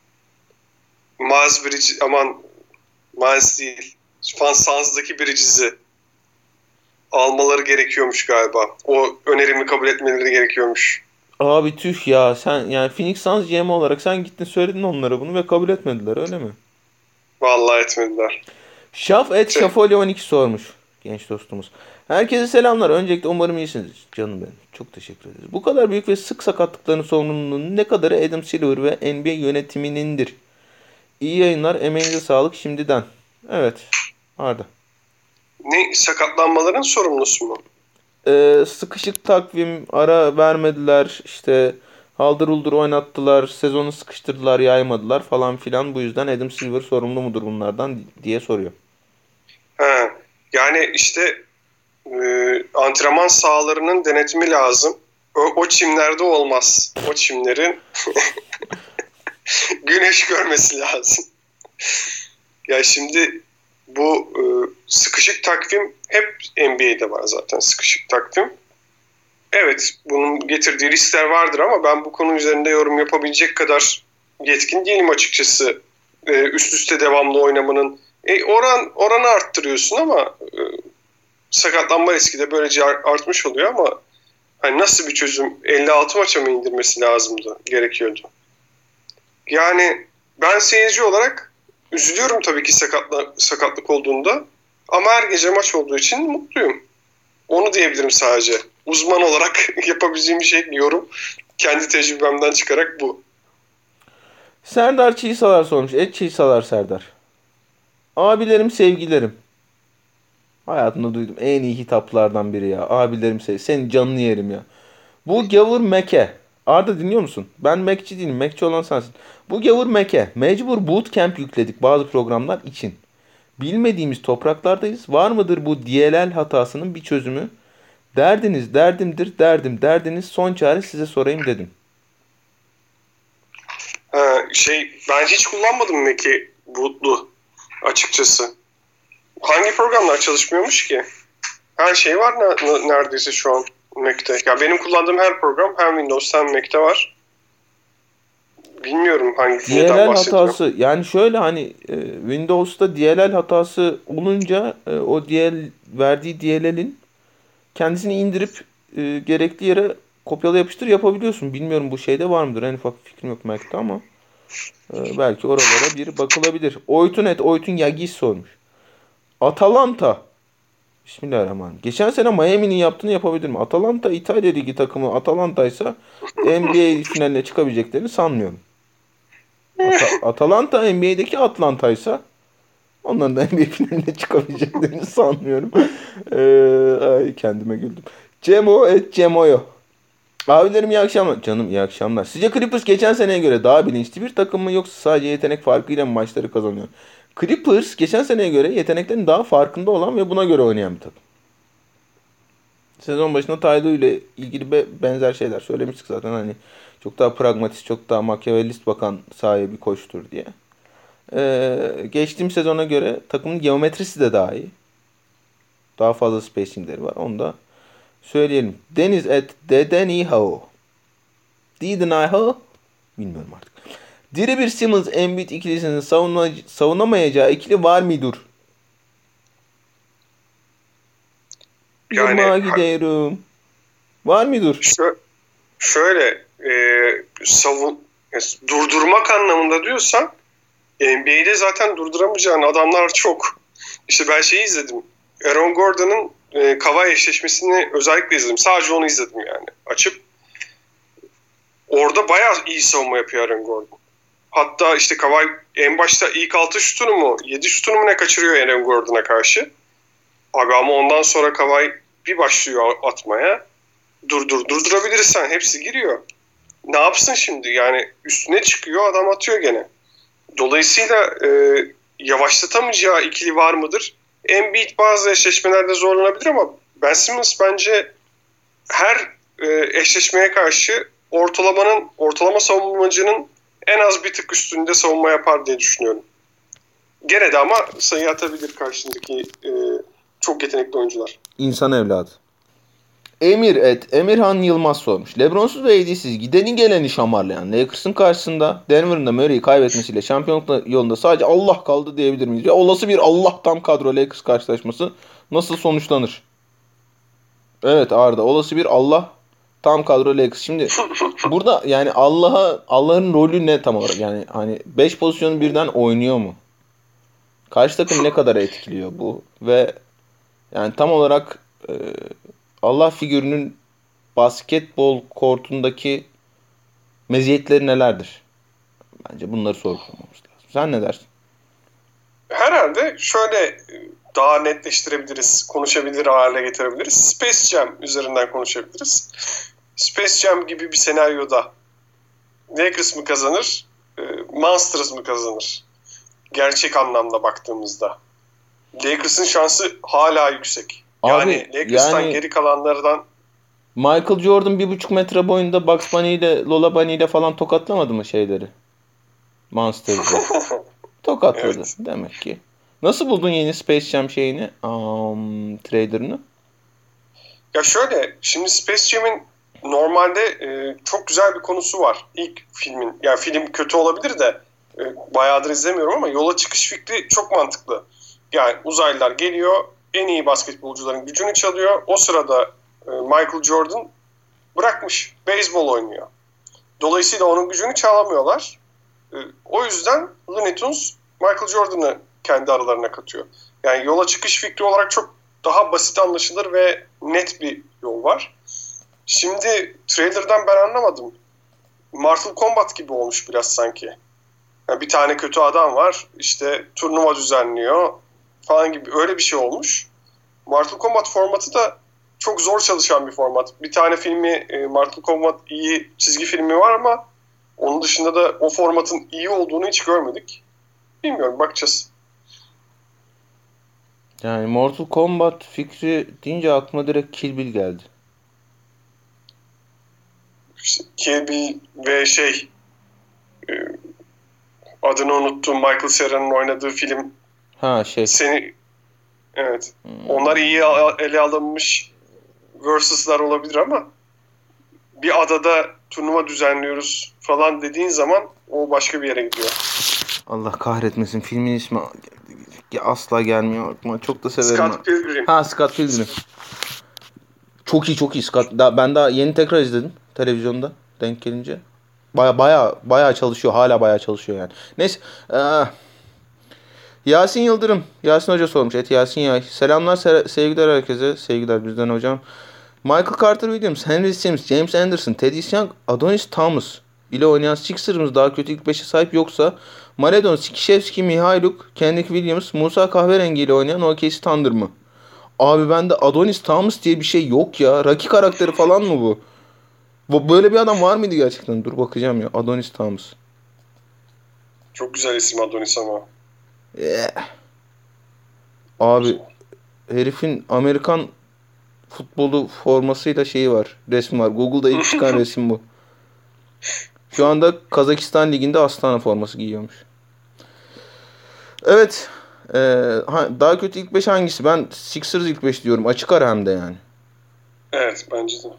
Miles değil. Suns'daki Bridges'i almaları gerekiyormuş galiba. O önerimi kabul etmeleri gerekiyormuş.
Abi tüh ya sen yani Phoenix Suns GM olarak sen gittin söyledin onlara bunu ve kabul etmediler öyle mi?
Vallahi etmediler.
Şafoli 12 sormuş genç dostumuz. Herkese selamlar. Öncelikle umarım iyisiniz canım benim. Çok teşekkür ederiz. Bu kadar büyük ve sık sakatlıkların sorumluluğunun ne kadarı Adam Silver ve NBA yönetiminindir? İyi yayınlar. Emeğinize sağlık şimdiden. Evet. Arda.
Ne sakatlanmaların sorumlusu mu?
Sıkışık takvim, ara vermediler. İşte haldır uldur oynattılar. Sezonu sıkıştırdılar, yaymadılar falan filan. Bu yüzden Adam Silver sorumlu mudur bunlardan diye soruyor.
He, yani işte antrenman sahalarının denetimi lazım. O çimlerde olmaz. O çimlerin güneş görmesi lazım. Ya şimdi bu sıkışık takvim hep NBA'de var zaten sıkışık takvim. Evet bunun getirdiği riskler vardır ama ben bu konu üzerinde yorum yapabilecek kadar yetkin değilim açıkçası. Üst üste devamlı oynamanın oranı arttırıyorsun ama sakatlanma riski de böylece artmış oluyor ama hani nasıl bir çözüm 56 maça mı indirmesi lazımdı, gerekiyordu. Yani ben seyirci olarak üzülüyorum tabii ki sakatlık olduğunda ama her gece maç olduğu için mutluyum. Onu diyebilirim sadece. Uzman olarak yapabileceğim bir şey yorum. Kendi tecrübemden çıkarak bu.
Serdar Çiğsalar sormuş. Çiğsalar Serdar. Abilerim sevgilerim. Hayatımda duydum en iyi hitaplardan biri ya. Abilerim senin canını yerim ya. Bu gavur Meke. Arda dinliyor musun? Ben Mekçi değilim. Mekçi olan sensin. Bu gavur Meke. Mecbur bootcamp yükledik bazı programlar için. Bilmediğimiz topraklardayız. Var mıdır bu DLL hatasının bir çözümü? Derdiniz derdimdir derdim. Derdiniz son çare size sorayım dedim.
Ben hiç kullanmadım Mac'i bootlu açıkçası. Hangi programlar çalışmıyormuş ki? Her şey var neredeyse şu an Mac'te. Ya benim kullandığım her program hem Windows hem Mac'te var. Bilmiyorum hangisinden bahsediyorum.
DLL hatası yani şöyle hani Windows'ta DLL hatası olunca o verdiği DLL'in kendisini indirip gerekli yere kopyala yapıştır yapabiliyorsun. Bilmiyorum bu şeyde var mıdır? En ufak fikrim yok Mac'te ama belki oralara bir bakılabilir. Oytun Yagis sormuş. Atalanta. Bismillahirrahmanirrahim. Geçen sene Miami'nin yaptığını yapabilir mi? Atalanta İtalya Ligi takımı Atalanta ise NBA finaline çıkabileceklerini sanmıyorum. Atalanta NBA'deki Atlanta ise onların da NBA finaline çıkabileceklerini sanmıyorum. Ay kendime güldüm. Cemo'yo. Abilerim iyi akşamlar. Canım iyi akşamlar. Sizce Clippers geçen seneye göre daha bilinçli bir takım mı yoksa sadece yetenek farkıyla mı maçları kazanıyor? Clippers geçen seneye göre yeteneklerin daha farkında olan ve buna göre oynayan bir takım. Sezon başında Tyler ile ilgili benzer şeyler söylemiştik zaten hani çok daha pragmatist, çok daha makyavelist bakan sahaya bir koçtur diye. Geçtiğim sezona göre takımın geometrisi de daha iyi. Daha fazla spacingleri var. Onu da söyleyelim. Deniz et Dedeniho. Dedeniho. Bilmiyorum artık. Diri bir Simmons Embiid ikilisinin savunamayacağı ikili var mıdır? Yılma gidiyorum. Var mıdır?
Şöyle durdurmak anlamında diyorsan NBA'de zaten durduramayacağın adamlar çok. İşte ben şeyi izledim. Aaron Gordon'ın Kawhi eşleşmesini özellikle izledim. Sadece onu izledim yani. Açıp. Orada bayağı iyi savunma yapıyor Aaron Gordon. Hatta işte Kawhi en başta ilk 6 şutunu mu 7 şutunu mu ne kaçırıyor Aaron Gordon'a karşı. Abi ama ondan sonra Kawhi bir başlıyor atmaya. Durdurabilirsen hepsi giriyor. Ne yapsın şimdi? Yani üstüne çıkıyor, adam atıyor gene. Dolayısıyla yavaşlatamayacağı ikili var mıdır? Embiid bazı eşleşmelerde zorlanabilir ama Ben Simmons bence her eşleşmeye karşı ortalama savunmacının en az bir tık üstünde savunma yapar diye düşünüyorum. Gene de ama sayı atabilir karşındaki çok yetenekli oyuncular.
İnsan evladı. Emirhan Yılmaz sormuş. LeBron'suz ve AD'siz gideni geleni şamarlayan Lakers'ın karşısında Denver'ın da Murray'i kaybetmesiyle şampiyonluk yolunda sadece Allah kaldı diyebilir miyiz? Ya olası bir Allah tam kadro Lakers karşılaşması nasıl sonuçlanır? Evet Arda, olası bir Allah tam kadro Lakers. Şimdi burada yani Allah'ın rolü ne tam olarak? Yani hani 5 pozisyonu birden oynuyor mu? Karşı takım ne kadar etkiliyor bu? Ve yani tam olarak Allah figürünün basketbol kortundaki meziyetleri nelerdir? Bence bunları sorgulamamız lazım. Sen ne dersin?
Herhalde şöyle daha netleştirebiliriz, konuşabilir hale getirebiliriz. Space Jam üzerinden konuşabiliriz. Space Jam gibi bir senaryoda Lakers mı kazanır, Monsters mı kazanır? Gerçek anlamda baktığımızda. Lakers'ın şansı hala yüksek. Yani Lakers'tan geri kalanlardan
Michael Jordan 1,5 metre boyunda Bugs Bunny ile Lola Bunny ile falan tokatlamadı mı şeyleri? Monsters'ı. Tokatladı evet. Demek ki. Nasıl buldun yeni Space Jam şeyini? Trailer'ını?
Ya şöyle, şimdi Space Jam'in normalde çok güzel bir konusu var. İlk filmin, yani film kötü olabilir de bayağıdır izlemiyorum ama yola çıkış fikri çok mantıklı. Yani uzaylılar geliyor, en iyi basketbolcuların gücünü çalıyor. O sırada Michael Jordan bırakmış, beyzbol oynuyor. Dolayısıyla onun gücünü çalamıyorlar. O yüzden Looney Tunes Michael Jordan'ı kendi aralarına katıyor. Yani yola çıkış fikri olarak çok daha basit anlaşılır ve net bir yol var. Şimdi trailer'dan ben anlamadım. Mortal Kombat gibi olmuş biraz sanki. Yani bir tane kötü adam var, işte turnuva düzenliyor falan gibi öyle bir şey olmuş. Mortal Kombat formatı da çok zor çalışan bir format. Bir tane filmi, Mortal Kombat iyi çizgi filmi var ama onun dışında da o formatın iyi olduğunu hiç görmedik. Bilmiyorum, bakacağız.
Yani Mortal Kombat fikri deyince aklıma direkt Kill Bill geldi.
İşte Kill Bill ve adını unuttum, Michael Cera'nın oynadığı film. Evet. Onlar iyi ele alınmış versus'lar olabilir ama bir adada turnuva düzenliyoruz falan dediğin zaman o başka bir yere gidiyor.
Allah kahretmesin, filmin ismi asla gelmiyor aklıma. Çok da severim.
Scott Pilgrim.
Scott Pilgrim. Çok iyi Scott. Ben daha yeni tekrar izledim televizyonda denk gelince. Baya çalışıyor. Hala baya çalışıyor yani. Neyse. Yasin Yıldırım. Yasin Hoca sormuş. Yasin Yay. Selamlar sevgiler herkese. Sevgiler bizden hocam. Michael Carter Williams, Henry Sims, James Anderson, Thaddeus Young, Adonis Thomas ile oynayan Sixers'ımız daha kötü ilk 5'e sahip yoksa Maledon, Skişevski, Mihailuk, Kendrick Williams, Musa Kahverengi ile oynayan OKC Thunder mı? Abi bende Adonis Thomas diye bir şey yok ya. Rocky karakteri falan mı bu? Böyle bir adam var mıydı gerçekten? Dur bakacağım ya. Adonis Thomas.
Çok güzel isim Adonis ama.
Abi herifin Amerikan futbolu formasıyla şeyi var. Resmi var. Google'da ilk çıkan resim bu. Şu anda Kazakistan Ligi'nde Astana forması giyiyormuş. Evet. Daha kötü ilk 5 hangisi? Ben Sixers ilk 5 diyorum. Açık ara hem de yani.
Evet bence de.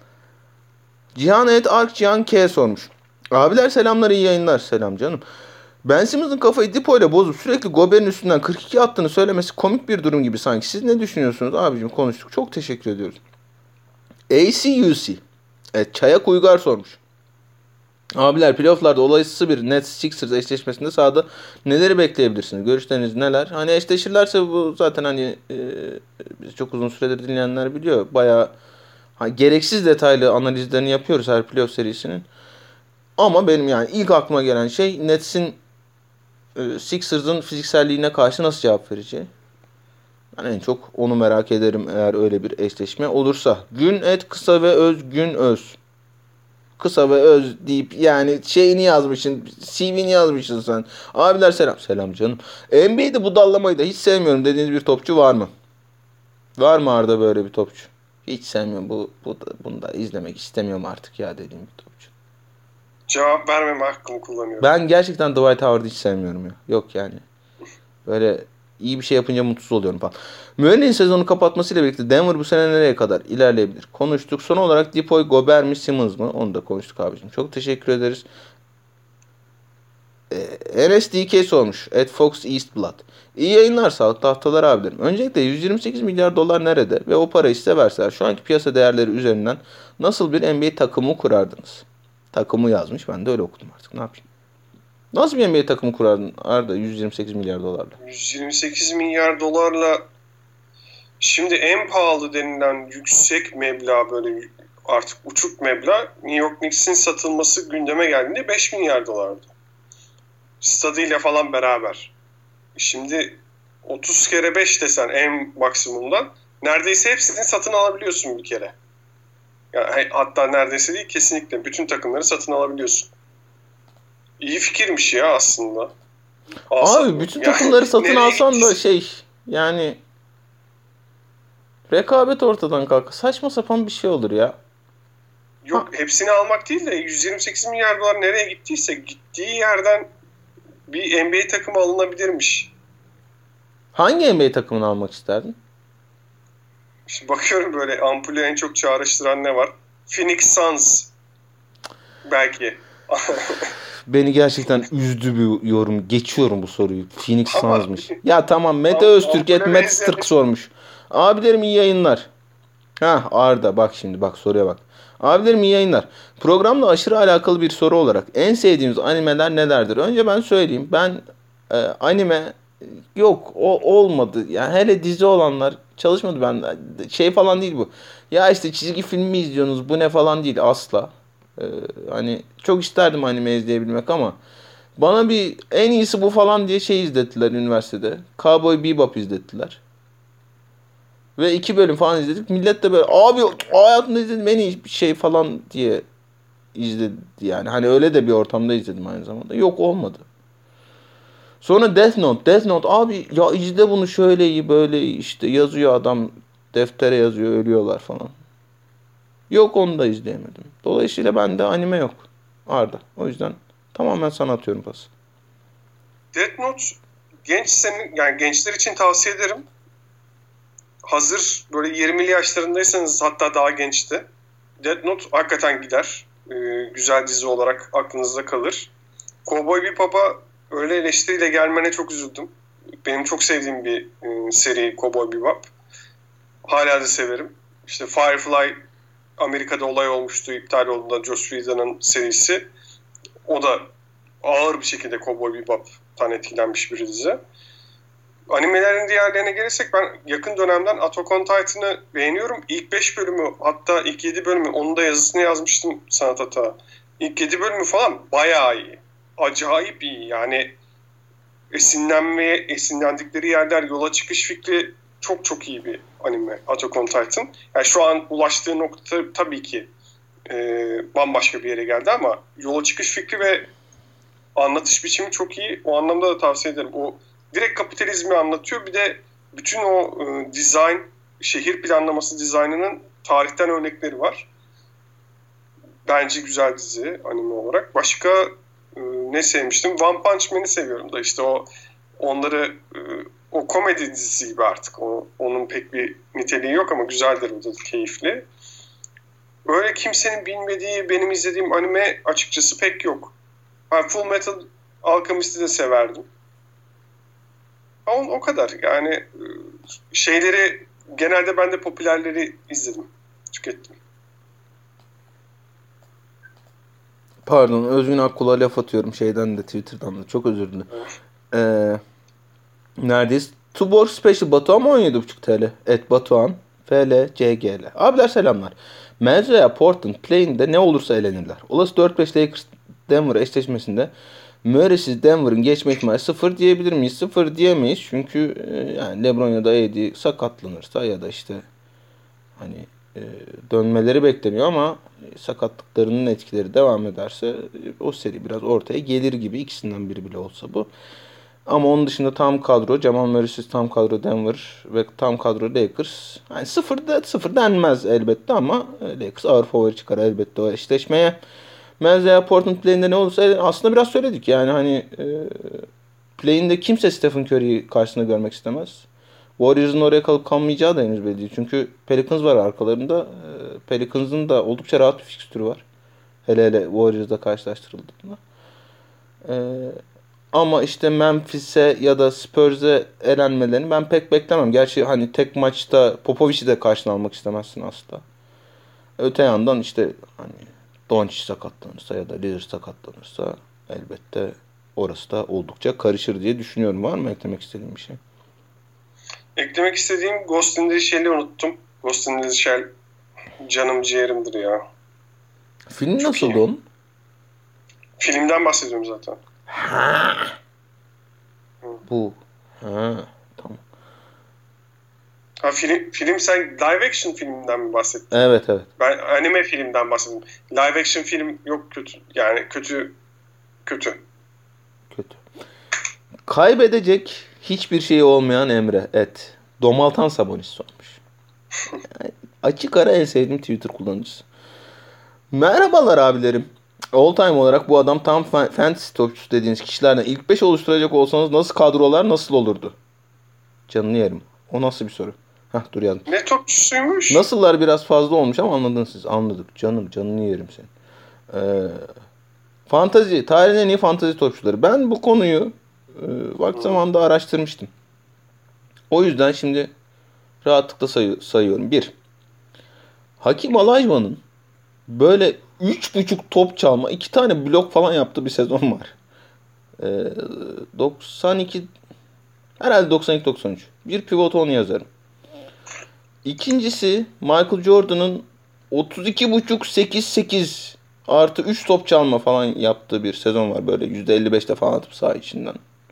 Cihan K sormuş. Abiler selamlar, iyi yayınlar. Selam canım. Ben Simmons'ın kafayı Dipo ile bozup sürekli Gobert'in üstünden 42 attığını söylemesi komik bir durum gibi sanki. Siz ne düşünüyorsunuz abicim? Konuştuk. Çok teşekkür ediyoruz. ACUC. Evet, Çayak Uygar sormuş. Abiler playoff'larda olaysı bir Nets Sixers eşleşmesinde sahada neleri bekleyebilirsiniz? Görüşleriniz neler? Hani eşleşirlerse bu zaten biz çok uzun süredir dinleyenler biliyor. Bayağı gereksiz detaylı analizlerini yapıyoruz her playoff serisinin. Ama benim yani ilk aklıma gelen şey Nets'in Sixers'ın fizikselliğine karşı nasıl cevap vereceği. Ben en çok onu merak ederim eğer öyle bir eşleşme olursa. Gün et kısa ve öz gün öz. Kısa ve öz deyip yani şeyini yazmışsın. CV'ni yazmışsın sen. Abiler selam. Selam canım. NBA'de bu dallamayı da hiç sevmiyorum dediğiniz bir topçu var mı? Var mı Arda böyle bir topçu? Hiç sevmiyorum. Bunu da izlemek istemiyorum artık ya dediğim bir topçu.
Cevap vermeme hakkımı kullanıyorum.
Ben gerçekten Dwight Howard'ı hiç sevmiyorum ya. Yok yani. Böyle iyi bir şey yapınca mutsuz oluyorum falan. Murray'nin sezonu kapatmasıyla birlikte Denver bu sene nereye kadar ilerleyebilir? Konuştuk. Son olarak Dipoy, Gobert mi, Simmons mı? Onu da konuştuk abicim. Çok teşekkür ederiz. NSDK sormuş. At Fox East Blood. İyi yayınlar, sağlıklı haftalar abilerim. Öncelikle 128 milyar dolar nerede ve o parayı size verseler şu anki piyasa değerleri üzerinden nasıl bir NBA takımı kurardınız? Takımı yazmış. Ben de öyle okudum artık. Ne yapayım? Nasıl bir NBA takımı kurardın Arda 128 milyar dolarla?
128 milyar dolarla şimdi en pahalı denilen yüksek meblağ, böyle artık uçuk meblağ, New York Knicks'in satılması gündeme geldiğinde 5 milyar dolardı. Stadıyla falan beraber. Şimdi 30 kere 5 desen en maksimumdan neredeyse hepsini satın alabiliyorsun bir kere. Yani hatta neredeyse değil, kesinlikle bütün takımları satın alabiliyorsun. İyi fikirmiş ya aslında.
Abi bütün takımları satın alsan da yani rekabet ortadan kalkar. Saçma sapan bir şey olur ya.
Yok, hepsini almak değil de 128 milyar dolar nereye gittiyse gittiği yerden bir NBA takımı alınabilirmiş.
Hangi NBA takımını almak isterdin?
Şimdi bakıyorum böyle ampulü en çok çağrıştıran ne var? Phoenix Suns belki.
Beni gerçekten üzdü bir yorum. Geçiyorum bu soruyu. Phoenix Suns'mış. Ya tamam, Mete Öztürk et Matt Stırk sormuş. Abilerim iyi yayınlar. Arda bak şimdi, bak soruya bak. Abilerim iyi yayınlar. Programla aşırı alakalı bir soru olarak en sevdiğimiz animeler nelerdir? Önce ben söyleyeyim. Ben anime yok, o olmadı. Yani hele dizi olanlar çalışmadı ben. Falan değil bu. Ya işte çizgi filmi izliyorsunuz bu ne falan değil asla. Hani çok isterdim anime izleyebilmek ama bana bir en iyisi bu falan diye izlettiler üniversitede. Cowboy Bebop izlettiler. Ve 2 bölüm falan izledik. Millet de böyle abi hayatımda izledim en iyi falan diye izledi yani. Hani öyle de bir ortamda izledim aynı zamanda. Yok, olmadı. Sonra Death Note. Death Note abi ya izle bunu, şöyle iyi böyle iyi, işte yazıyor adam, deftere yazıyor, ölüyorlar falan. Yok, onu da izleyemedim. Dolayısıyla bende anime yok Arda. O yüzden tamamen sana atıyorum pası.
Death Note yani gençler için tavsiye ederim. Hazır böyle 20'li yaşlarındaysanız, hatta daha gençti. Death Note hakikaten gider. Güzel dizi olarak aklınızda kalır. Cowboy Bebop'a öyle eleştiriyle gelmene çok üzüldüm. Benim çok sevdiğim bir seri Cowboy Bebop. Hala da severim. İşte Firefly Amerika'da olay olmuştu, iptal olduğunda Joss Whedon'ın serisi. O da ağır bir şekilde Cowboy Bebop'tan etkilenmiş bir dizi. Animelerin diğerlerine gelirsek ben yakın dönemden Attack on Titan'ı beğeniyorum. İlk 5 bölümü, hatta ilk 7 bölümü, onun da yazısını yazmıştım Sanat Hata. İlk 7 bölümü falan bayağı iyi. Acayip iyi yani. Esinlendikleri yerler, yola çıkış fikri çok çok iyi bir anime Attack on Titan. Yani şu an ulaştığı nokta tabii ki bambaşka bir yere geldi ama yola çıkış fikri ve anlatış biçimi çok iyi. O anlamda da tavsiye ederim. O direkt kapitalizmi anlatıyor. Bir de bütün o dizayn, şehir planlaması dizaynının tarihten örnekleri var. Bence güzel dizi anime olarak. Başka ne sevmiştim? One Punch Man'i seviyorum da işte onları o komedi dizisi gibi artık. Onun pek bir niteliği yok ama güzeldir, o da keyifli. Öyle kimsenin bilmediği, benim izlediğim anime açıkçası pek yok. Full Metal Alchemist'i de severdim. O kadar. Yani genelde ben de popülerleri izledim, tükettim.
Pardon, Özgün Akkul'a laf atıyorum şeyden de, Twitter'dan da. Çok özür dilerim. Neredeyiz? Tubor Special Batuhan 17.5 TL. Batuhan FLCGL. Abiler selamlar. Mavs veya Portland play'inde ne olursa elenirler. Olası 4-5 Lakers Denver eşleşmesinde Murray'siz Denver'ın geçme ihtimali 0 diyebilir miyiz? 0 diyemeyiz. Çünkü yani LeBron ya da AD sakatlanırsa ya da işte hani dönmeleri bekleniyor ama sakatlıklarının etkileri devam ederse o seri biraz ortaya gelir gibi, ikisinden biri bile olsa bu. Ama onun dışında tam kadro Jamal Murray'siz tam kadro Denver ve tam kadro Lakers. Yani sıfır denmez elbette ama Lakers ağır favori çıkar elbette o eşleşmeye. Mavs veya Portland play'inde ne olursa aslında biraz söyledik. Yani hani play'inde kimse Stephen Curry'yi karşısında görmek istemez. Warriors'ın oraya kalıp kalmayacağı da henüz belli değil. Çünkü Pelicans var arkalarında. Pelicans'ın da oldukça rahat bir fikstürü var. Hele hele Warriors'la karşılaştırıldığında. Ama işte Memphis'e ya da Spurs'e elenmelerini ben pek beklemem. Gerçi hani tek maçta Popovic'i de karşına almak istemezsin asla. Öte yandan işte hani Doncic sakatlanırsa ya da Lillard sakatlanırsa elbette orası da oldukça karışır diye düşünüyorum. Var mı eklemek istediğim bir şey?
Eklemek istediğim Ghost in the Shell'i unuttum. Ghost in the Shell canım ciğerimdir ya.
Film
Çok
nasıldı
iyi.
onun?
Filmden bahsediyorum zaten.
Ha. Bu. Ha. Tamam.
Ha film sen live action filminden mi bahsettin?
Evet evet.
Ben anime filmden bahsettim. Live action film yok kötü. Yani kötü.
Kötü. Kaybedecek hiçbir şey olmayan Emre et. Domaltan Sabonis sormuş. Yani açık ara en sevdiğim Twitter kullanıcısı. Merhabalar abilerim. All time olarak bu adam tam fantasy topçusu dediğiniz kişilerden ilk 5 oluşturacak olsanız nasıl kadrolar nasıl olurdu? Canını yerim. O nasıl bir soru? Hah dur yazdım.
Ne topçusuymuş?
Nasıllar biraz fazla olmuş ama anladınız siz. Anladık. Canını yerim senin. Fantazi. Tarihin en iyi fantazi topçuları. Ben bu konuyu vakti zamanında araştırmıştım. O yüzden şimdi rahatlıkla sayıyorum. 1. Hakim Olajuwon'un böyle 3,5 top çalma, 2 tane blok falan yaptığı bir sezon var. 92 herhalde 92-93. Bir pivot onu yazarım. İkincisi Michael Jordan'ın 32,5-8-8 artı 3 top çalma falan yaptığı bir sezon var. Böyle %55'te falan atıp saha içinden.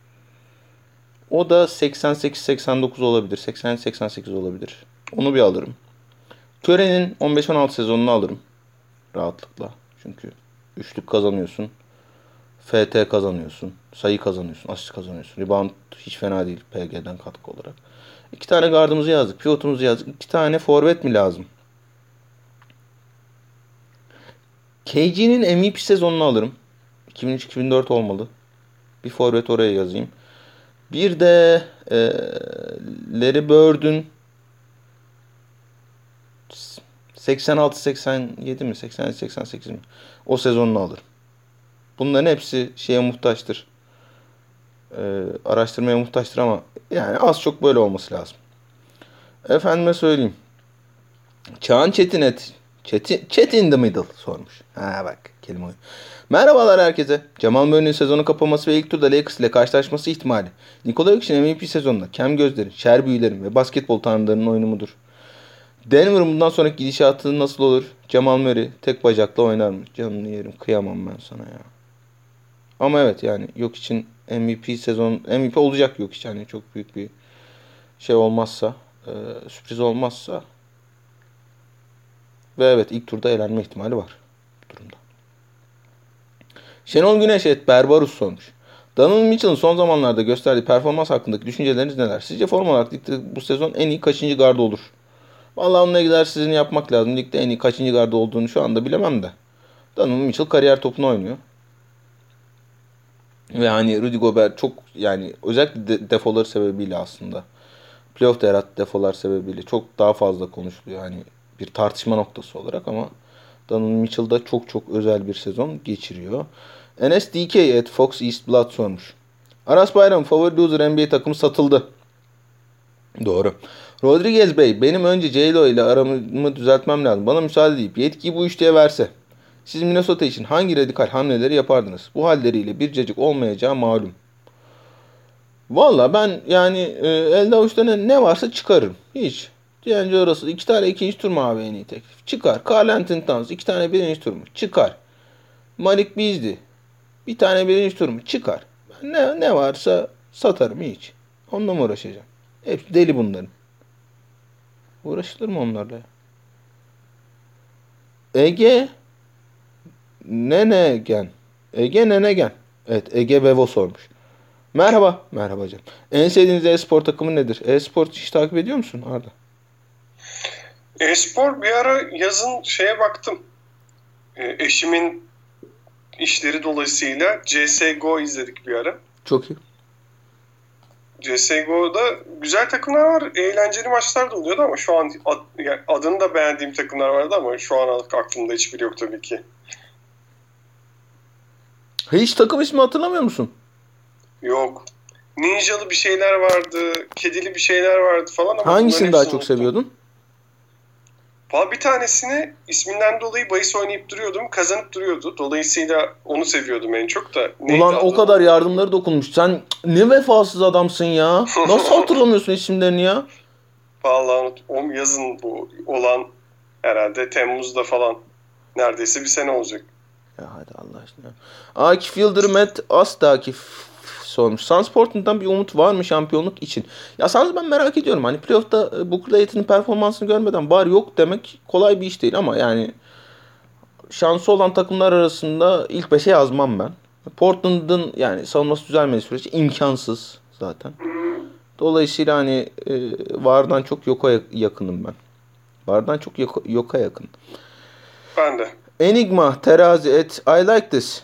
O da 88-89 olabilir. 80-88 olabilir. Onu bir alırım. Curry'nin 15-16 sezonunu alırım. Rahatlıkla. Çünkü üçlük kazanıyorsun. FT kazanıyorsun. Sayı kazanıyorsun. Asist kazanıyorsun. Rebound hiç fena değil PG'den katkı olarak. 2 tane gardımızı yazdık. Pivotumuzu yazdık. 2 tane forvet mi lazım? KG'nin MVP sezonunu alırım. 2003-2004 olmalı. Bir forvet oraya yazayım. Bir de Larry Bird'ün 86-87 mi? 87-88 mi? O sezonunu alırım. Bunların hepsi şeye muhtaçtır. Araştırmaya muhtaçtır ama yani az çok böyle olması lazım. Efendime söyleyeyim. Çağan Çetinet. Chat in the middle sormuş. Ha bak kelime oyunu. Merhabalar herkese. Jamal Murray'nin sezonu kapaması ve ilk turda Lakers ile karşılaşması ihtimali. Nikola Jokic'in MVP sezonunda kem gözlerin, şer büyülerin ve basketbol tanrılarının oyunu mudur? Denver'ın bundan sonraki gidişatı nasıl olur? Jamal Murray tek bacakla oynar mı? Canını yerim. Kıyamam ben sana ya. Ama evet yani Jokic'in MVP olacak Jokic. Yani çok büyük bir şey olmazsa, sürpriz olmazsa. Ve evet ilk turda elenme ihtimali var bu durumda. Şenol Güneş Berbarus sormuş. Donovan Mitchell'ın son zamanlarda gösterdiği performans hakkındaki düşünceleriniz neler? Sizce form olarak ligde bu sezon en iyi kaçıncı gardı olur? Vallahi onunla egzersizini yapmak lazım. Ligde en iyi kaçıncı gardı olduğunu şu anda bilemem de. Donovan Mitchell kariyer topunu oynuyor. Ve hani Rudy Gobert çok yani özellikle defoları sebebiyle aslında. Playoff'ta yarattığı defolar sebebiyle çok daha fazla konuşuluyor. Hani bir tartışma noktası olarak ama Donovan Mitchell da çok özel bir sezon geçiriyor. NSDK at Fox East Blood sormuş. Aras Bayram favori loser NBA takımı satıldı. Doğru. Rodriguez Bey benim önce J-Lo ile aramı düzeltmem lazım. Bana müsaade deyip yetkiyi bu üçlüye verse. Siz Minnesota için hangi radikal hamleleri yapardınız? Bu halleriyle bir cacık olmayacağı malum. Valla ben yani elde avuçta ne varsa çıkarırım. Hiç. D'Angelo Russell 2 tane ikinci tur mu abi en iyi teklif? Çıkar. Karl Anthony Towns 2 tane birinci tur mu? Çıkar. Malik Beasley. Bir tane birinci tur mu? Çıkar. Ben ne varsa satarım hiç. Onunla mı uğraşacağım? Hepsi deli bunların. Uğraşılır mı onlarla ya? Ege Nenegen. Ege Nenegen. Evet, Ege Vevo sormuş. Merhaba. Merhaba canım. En sevdiğiniz e-spor takımı nedir? E-spor hiç takip ediyor musun Arda?
E-spor bir ara yazın şeye baktım. Eşimin işleri dolayısıyla CSGO izledik bir ara.
Çok iyi.
CSGO'da güzel takımlar var. Eğlenceli maçlar da oluyordu ama şu an yani adını da beğendiğim takımlar vardı ama şu an aklımda hiçbiri yok tabii ki.
Hiç takım ismi hatırlamıyor musun?
Yok. Ninjalı bir şeyler vardı, kedili bir şeyler vardı falan ama
Hangisini daha çok
unuttum.
seviyordun?
Bir tanesini isminden dolayı bahis oynayıp duruyordum. Kazanıp duruyordu. Dolayısıyla onu seviyordum en çok da. Neydi
Ulan o
adı?
kadar yardımları dokunmuş. Sen ne vefasız adamsın ya. Nasıl hatırlamıyorsun isimlerini ya?
Vallahi o yazın bu olan herhalde Temmuz'da falan. Neredeyse bir sene olacak.
Ya hadi Allah aşkına. Akif Yıldırım Akif sormuş. Suns Portland'dan bir umut var mı şampiyonluk için? Ya Suns ben merak ediyorum. Hani playoff'ta Booker Layton'ın performansını görmeden var yok demek kolay bir iş değil ama yani şansı olan takımlar arasında ilk 5'e yazmam ben. Portland'ın yani savunması düzelmediği sürece imkansız zaten. Dolayısıyla hani vardan çok yoka yakınım ben. Vardan çok yoka yakın.
Ben de.
Enigma terazi I like this.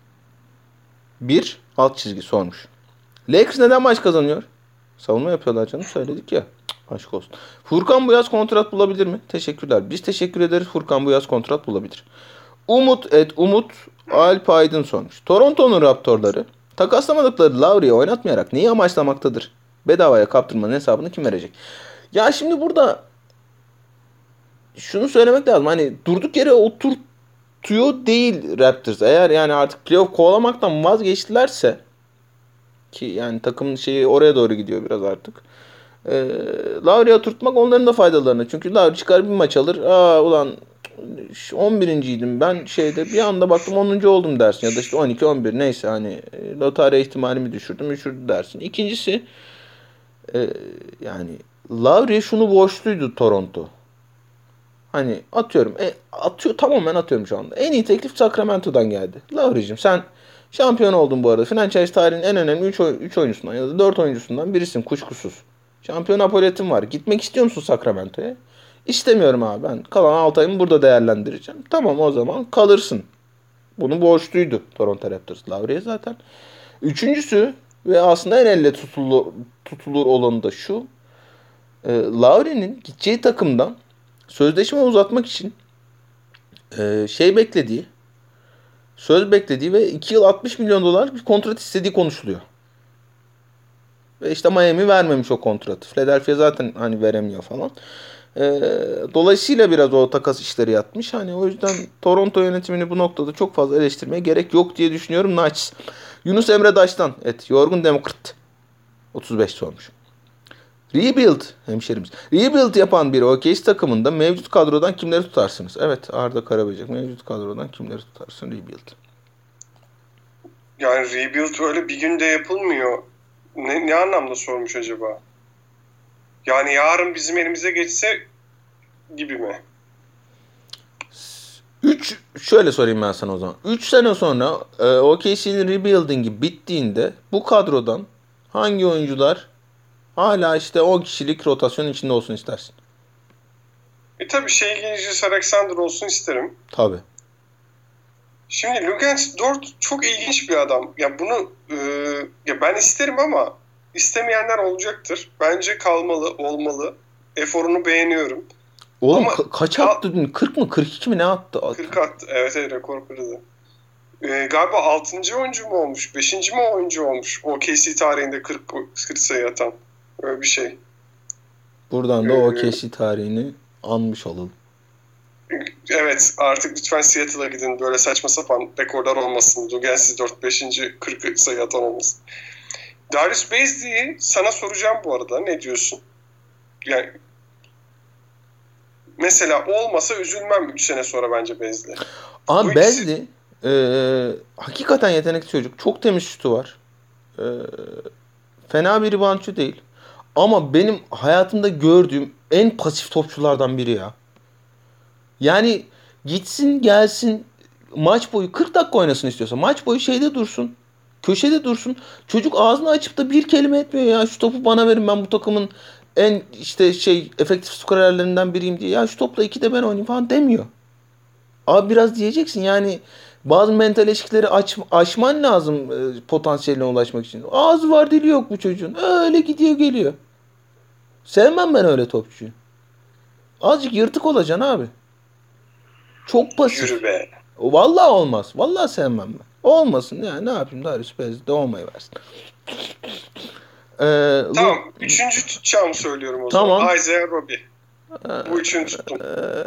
Bir alt çizgi sormuş. Lakers neden maç kazanıyor? Savunma yapıyorlar canım, söyledik ya. Aşk olsun. Furkan bu yaz kontrat bulabilir mi? Teşekkürler. Biz teşekkür ederiz. Furkan bu yaz kontrat bulabilir. Umut Alp Aydın sormuş. Toronto'nun Raptorları takaslamadıkları Lowry'i oynatmayarak neyi amaçlamaktadır? Bedavaya kaptırmanın hesabını kim verecek? Ya şimdi burada şunu söylemek lazım. Hani durduk yere oturtuyor değil Raptors. Eğer yani artık playoff kovalamaktan vazgeçtilerse ki yani takımın şeyi oraya doğru gidiyor biraz artık. Lowry'i oturtmak onların da faydalarına. Çünkü Lowry çıkar bir maç alır. Ulan 11.'ydim ben şeyde bir anda baktım 10. oldum dersin. Ya da işte 12-11 neyse hani lotarya ihtimalimi düşürdü dersin. İkincisi yani Lowry'e şunu borçluydu Toronto. Hani atıyorum. Tamamen atıyorum şu anda. En iyi teklif Sacramento'dan geldi. Lowry'cim sen şampiyon oldun bu arada. Franchise tarihinin en önemli 3 oyuncusundan ya da 4 oyuncusundan birisin kuşkusuz. Şampiyon apoletin var. Gitmek istiyor musun Sacramento'ya? İstemiyorum abi, ben kalan 6 ayımı burada değerlendireceğim. Tamam, o zaman kalırsın. Bunu borçluydu Toronto Raptors Lowry'e zaten. Üçüncüsü ve aslında en elle tutulur olanı da şu. Lowry'nin gideceği takımdan sözleşme uzatmak için söz beklediği ve 2 yıl 60 milyon dolar bir kontrat istediği konuşuluyor. Ve işte Miami vermemiş o kontratı. Philadelphia zaten hani veremiyor falan. Dolayısıyla biraz o takas işleri yatmış. Hani o yüzden Toronto yönetimini bu noktada çok fazla eleştirmeye gerek yok diye düşünüyorum. Naçiz. Yunus Emre Daş'tan Yorgun Demokrat 35 sormuş. Rebuild yapan bir OKC takımında mevcut kadrodan kimleri tutarsınız? Evet, Arda Karaböcek. Mevcut kadrodan kimleri tutarsın rebuild?
Yani rebuild öyle bir günde yapılmıyor. Ne anlamda sormuş acaba? Yani yarın bizim elimize geçse gibi mi?
Şöyle sorayım ben sana o zaman. 3 sene sonra OKC'nin rebuilding'i bittiğinde bu kadrodan hangi oyuncular hala işte 10 kişilik rotasyon içinde olsun istersin?
Tabii Gilgeous Alexander olsun isterim.
Tabii.
Şimdi Luguentz Dort çok ilginç bir adam. Ya bunu ya ben isterim ama istemeyenler olacaktır. Bence kalmalı, olmalı. Eforunu beğeniyorum.
Oğlum kaç attı dün? 40 mı? 42 mi ne attı?
40 attı. Evet, rekor kırdı. Galiba 6. oyuncu mu olmuş? 5. mi oyuncu olmuş? OKC tarihinde 40 sayı atan. Öyle bir şey.
Buradan da OKC tarihini anmış olalım.
Evet, artık lütfen Seattle'a gidin. Böyle saçma sapan rekorlar olmasın. Luguentz Dort 5. 40 sayı atan olmasın. Darius Bazley'i sana soracağım bu arada. Ne diyorsun? Yani mesela olmasa üzülmem 3 sene sonra bence Bazley.
Ama Bazley Hakikaten yetenekli çocuk. Çok temiz şutu var. Ee, Fena bir reboundçu değil. Ama benim hayatımda gördüğüm en pasif topçulardan biri ya. Yani gitsin gelsin maç boyu 40 dakika oynasın istiyorsa maç boyu şeyde dursun. Köşede dursun. Çocuk ağzını açıp da bir kelime etmiyor ya. Şu topu bana verin, ben bu takımın en işte efektif skorerlerinden biriyim diye. Ya şu topla iki de ben oynayayım falan demiyor. Abi biraz diyeceksin yani, bazı mental eşikleri aşman lazım potansiyeline ulaşmak için. Ağzı var dili yok bu çocuğun. Öyle gidiyor geliyor. Sevmem ben öyle topçuyu. Azıcık yırtık olacaksın abi. Çok pasif.
Yürü be.
Vallahi olmaz. Vallahi sevmem ben. Olmasın yani, ne yapayım, Darius Bez'de olmayı versin.
Tamam. Üçüncü tutacağımı söylüyorum o
Tamam.
zaman. Isaiah Roby. Bu üçünü tuttum.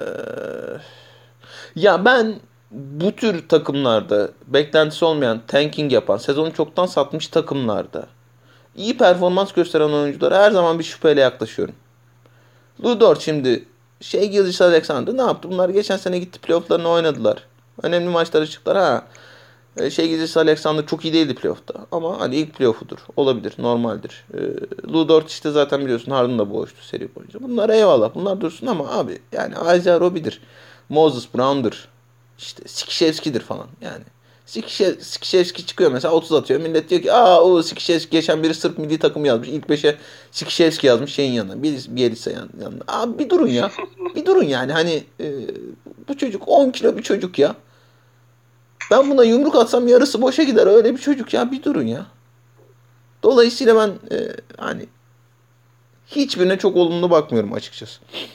Ya ben bu tür takımlarda beklentisi olmayan, tanking yapan, sezonu çoktan satmış takımlarda iyi performans gösteren oyunculara her zaman bir şüpheyle yaklaşıyorum. Lu Dort şimdi Gilgeous-Alexander ne yaptı? Bunlar geçen sene gitti, playoff'larını oynadılar. Önemli maçlara çıktılar ha. Gilgeous-Alexander çok iyi değildi playoff'ta. Ama hani ilk playoff'udur. Olabilir, normaldir. Lu Dort işte zaten biliyorsun Harden'la boğuştu seri boyunca. Bunlar eyvallah. Bunlar dursun ama abi yani Isaiah Roby'dir. Moses Brown'dur. İşte Sikişevski'dir falan yani. Sikişevski çıkıyor mesela 30 atıyor. Millet diyor ki o Sikişevski, geçen biri Sırp milli takımı yazmış. İlk 5'e Sikişevski yazmış şeyin yanına. Bielitsa yanına. Abi bir durun ya. Bir durun yani hani bu çocuk 10 kilo bir çocuk ya. Ben buna yumruk atsam yarısı boşa gider. Öyle bir çocuk ya, bir durun ya. Dolayısıyla ben hani hiçbirine çok olumlu bakmıyorum açıkçası.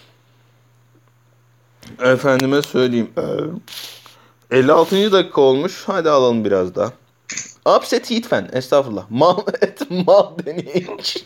Efendime söyleyeyim. 56. dakika olmuş. Hadi alalım biraz daha. Upset Heat fan. Estağfurullah. Mal deneyici.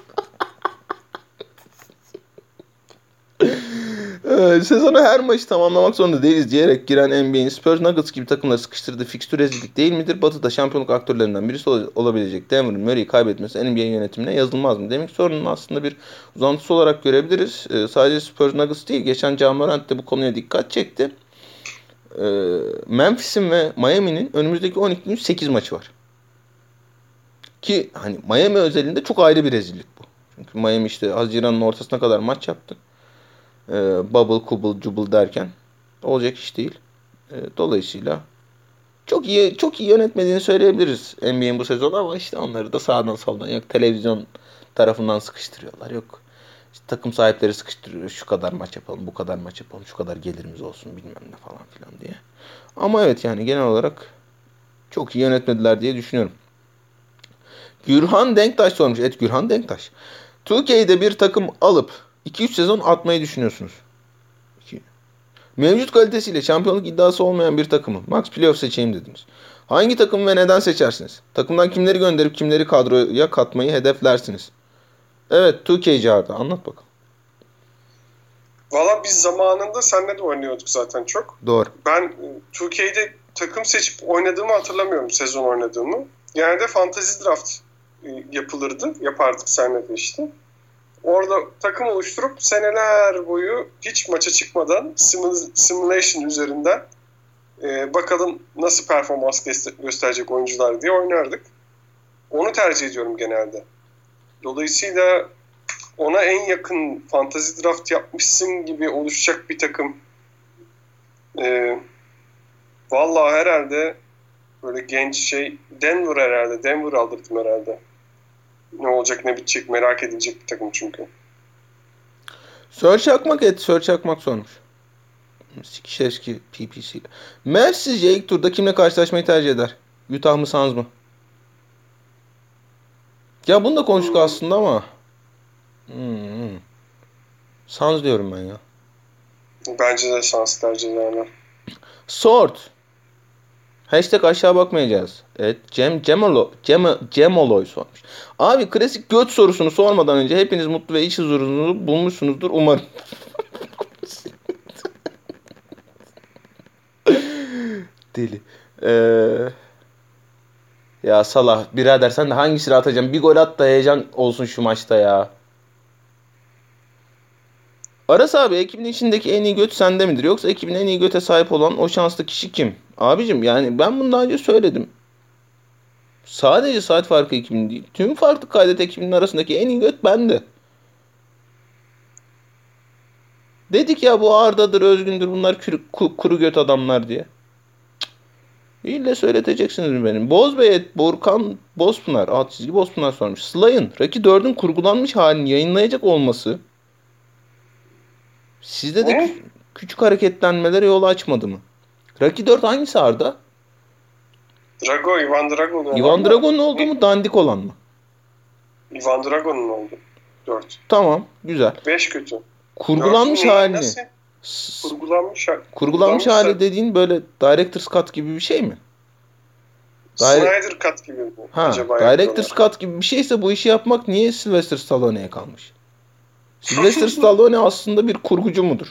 Sezonu her maçı tamamlamak zorunda değiliz diyerek giren NBA'in Spurs, Nuggets gibi takımları sıkıştırdığı fikstür rezillik değil midir? Batı'da şampiyonluk aktörlerinden birisi olabilecek Denver'ın Murray'i kaybetmesi NBA yönetimine yazılmaz mı? Demek sorunun aslında bir uzantısı olarak görebiliriz. Sadece Spurs, Nuggets değil. Geçen Ja Morant de bu konuya dikkat çekti. Memphis'in ve Miami'nin önümüzdeki 12 gün 8 maçı var. Ki hani Miami özelinde çok ayrı bir rezillik bu. Çünkü Miami işte Haziran'ın ortasına kadar maç yaptı. Bubble, kubble, cubble derken olacak iş değil. Dolayısıyla çok iyi yönetmediğini söyleyebiliriz NBA'in bu sezonu, ama işte onları da sağdan soldan, yok televizyon tarafından sıkıştırıyorlar, yok işte takım sahipleri sıkıştırıyor, şu kadar maç yapalım, bu kadar maç yapalım, şu kadar gelirimiz olsun bilmem ne falan filan diye. Ama evet yani genel olarak çok iyi yönetmediler diye düşünüyorum. Gürhan Denktaş sormuş. Gürhan Denktaş. Türkiye'de bir takım alıp 2-3 sezon atmayı düşünüyorsunuz. Mevcut kalitesiyle şampiyonluk iddiası olmayan bir takımı max playoff seçeyim dediniz. Hangi takım ve neden seçersiniz? Takımdan kimleri gönderip kimleri kadroya katmayı hedeflersiniz? Evet, 2K çağırdı. Anlat bakalım.
Valla biz zamanında seninle de oynuyorduk zaten çok.
Doğru.
Ben 2K'de takım seçip oynadığımı hatırlamıyorum, sezon oynadığımı. Genelde fantasy draft yapılırdı. Yapardık seninle de işte. Orada takım oluşturup seneler boyu hiç maça çıkmadan simulation üzerinden bakalım nasıl performans gösterecek oyuncular diye oynardık. Onu tercih ediyorum genelde. Dolayısıyla ona en yakın fantasy draft yapmışsın gibi oluşacak bir takım. Vallahi herhalde böyle genç Denver herhalde. Denver aldırdım herhalde. Ne olacak ne bitecek merak edilecek bir takım çünkü.
Sör Çakmak sormuş. Sikişevski PPC ile. Mavs sizce ilk turda kimle karşılaşmayı tercih eder? Utah mı, Suns mı? Ya bunu da konuştuk aslında ama. Suns diyorum ben ya.
Bence de Suns tercih ederler.
Sort. Hashtag aşağı bakmayacağız. Evet. Cemoloy sormuş. Abi klasik göt sorusunu sormadan önce hepiniz mutlu ve iç huzurunuzu bulmuşsunuzdur umarım. Deli. Ya Salah birader, sen de hangisini atacaksın? Bir gol at da heyecan olsun şu maçta ya. Aras abi, ekibin içindeki en iyi göt sende midir? Yoksa ekibin en iyi göte sahip olan o şanslı kişi kim? Abicim yani ben bunu daha önce söyledim. Sadece saat farkı ekibinin değil. Tüm farklı kaydet ekibinin arasındaki en iyi göt bende. Dedik ya bu Arda'dır, Özgün'dür, bunlar kuru göt adamlar diye. İlle söyleteceksiniz mi benim? Bozbey, Borkan Bozpınar, alt çizgi Bozpınar sormuş. Slay'ın Rocky 4'ün kurgulanmış halini yayınlayacak olması sizde de
Ne?
küçük hareketlenmelere yol açmadı mı? Rocky 4 hangisi Arda?
Ivan Drago'nun
Ivan
ama
Drago'nun oldu mu, dandik olan mı?
Ivan Drago'nun oldu. 4.
Tamam, güzel.
5 kötü.
Kurgulanmış
4'ün
halini.
nasıl?
Kurgulanmış hali dediğin böyle Director's Cut gibi bir şey mi?
Snyder Cut gibi mi acaba
Director's
yapıyorlar?
Cut gibi bir şeyse bu işi yapmak niye Sylvester Stallone'ye kalmış? Sylvester Stallone aslında bir kurgucu mudur?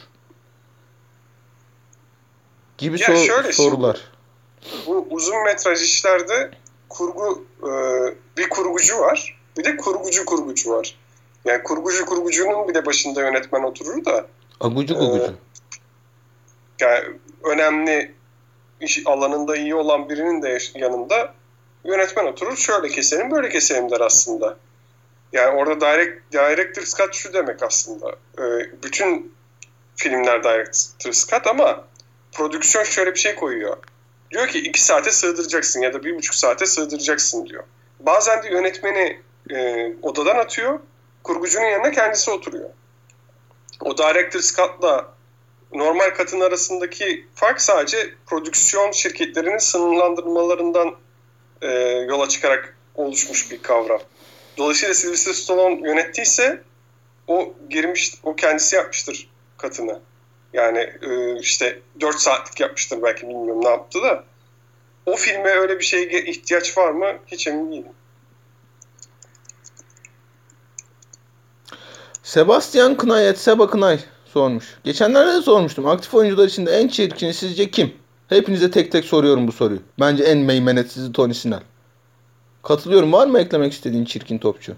Gibi
Ya şöyle
sorular.
Bu uzun metraj işlerde bir kurgucu var. Bir de kurgucu var. Yani kurgucunun bir de başında yönetmen oturur da
Agucu
e,
gugucu.
yani önemli iş alanında iyi olan birinin de yanında yönetmen oturur. Şöyle keselim, böyle keselim der aslında. Yani orada Director's Cut şu demek aslında. Bütün filmler Director's Cut ama prodüksiyon şöyle bir şey koyuyor. Diyor ki 2 saate sığdıracaksın ya da 1,5 saate sığdıracaksın diyor. Bazen de yönetmeni odadan atıyor, kurgucunun yanına kendisi oturuyor. O Director's Cut'la normal cut'ın arasındaki fark sadece prodüksiyon şirketlerinin sınırlandırmalarından yola çıkarak oluşmuş bir kavram. Dolayısıyla Sylvester Stallone yönettiyse o kendisi yapmıştır cut'ını. Yani işte 4 saatlik yapmıştır belki, bilmiyorum ne yaptı da. O filme öyle bir şeye ihtiyaç var mı? Hiç emin değilim.
Sebastian Kınay, Seba Kınay sormuş. Geçenlerde de sormuştum. Aktif oyuncular içinde en çirkini sizce kim? Hepinize tek tek soruyorum bu soruyu. Bence en meymenetsizi Tony Sinel. Katılıyorum. Var mı eklemek istediğin çirkin topçu?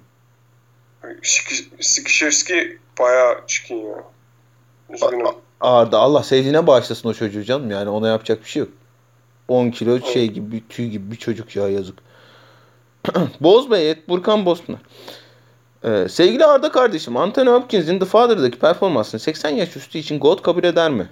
Skişevski bayağı çirkin ya. Üzgünüm.
Arda, Allah sevdiğine bağışlasın o çocuğu canım. Yani ona yapacak bir şey yok. 10 kilo şey gibi, tüy gibi bir çocuk ya, yazık. Bozbey, Burkan Bozpınar. Sevgili Arda kardeşim, Anthony Hopkins'in The Father'daki performansını 80 yaş üstü için GOAT kabul eder mi?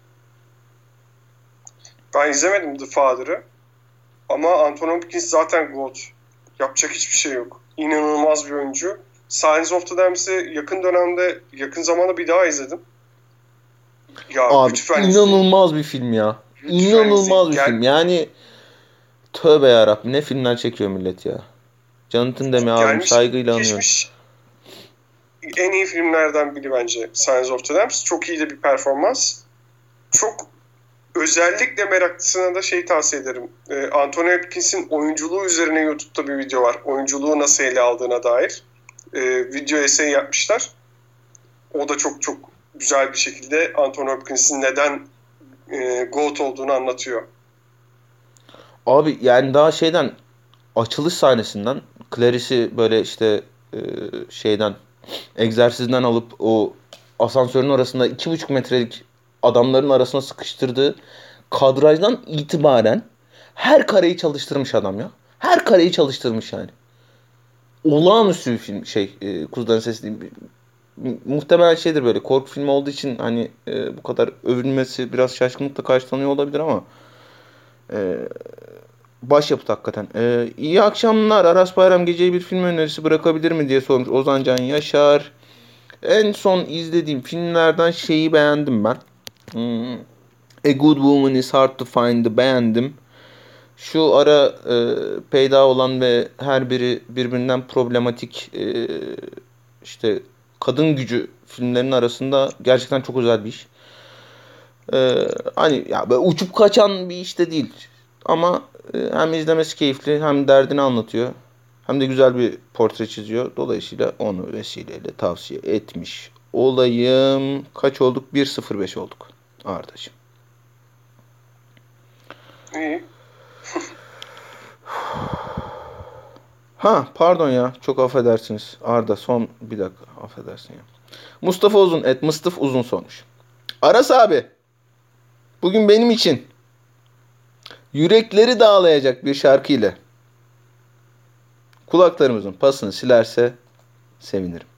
Ben izlemedim The Father'ı. Ama Anthony Hopkins zaten GOAT. Yapacak hiçbir şey yok. İnanılmaz bir oyuncu. Silence of the Lambs'i yakın zamanda bir daha izledim. Ya
Abi
lütfen
inanılmaz bir film ya.
Lütfen
İnanılmaz bir
izleyin.
film. Yani tövbe yarabbim, ne filmler çekiyor millet ya. Jonathan Demme abim, saygıyla anıyorum.
Geçmiş en iyi filmlerden biri bence Silence of the Lambs. Çok iyi de bir performans. Çok özellikle meraklısına da tavsiye ederim. Anthony Hopkins'in oyunculuğu üzerine YouTube'da bir video var. Oyunculuğu nasıl ele aldığına dair. Video essay yapmışlar. O da çok çok güzel bir şekilde Anthony Hopkins'in neden GOAT olduğunu anlatıyor.
Abi yani daha açılış sahnesinden Clarice'i böyle işte egzersizden alıp o asansörün arasında 2,5 metrelik adamların arasına sıkıştırdığı kadrajdan itibaren her kareyi çalıştırmış adam ya. Her kareyi çalıştırmış yani. Olağanüstü bir film Kuzuların Sesi değil. Muhtemelen böyle korku filmi olduğu için hani bu kadar övülmesi biraz şaşkınlıkla karşılanıyor olabilir ama başyapıt hakikaten. İyi akşamlar. Aras Bayram geceye bir film önerisi bırakabilir mi diye sormuş Ozan Can Yaşar. En son izlediğim filmlerden beğendim ben. A Good Woman is Hard to Find'ı beğendim. Şu ara peyda olan ve her biri birbirinden problematik kadın gücü filmlerinin arasında gerçekten çok özel bir iş. Hani ya böyle uçup kaçan bir iş de değil. Ama hem izlemesi keyifli, hem derdini anlatıyor. Hem de güzel bir portre çiziyor. Dolayısıyla onu vesileyle tavsiye etmiş olayım. Kaç olduk? 1.05 olduk Arda'cığım.
İyi.
Pardon ya. Çok affedersiniz. Arda son bir dakika affedersin ya. Mustafa Uzun Mıstıf Uzun sormuş. Aras abi, bugün benim için yürekleri dağlayacak bir şarkı ile kulaklarımızın pasını silerse sevinirim.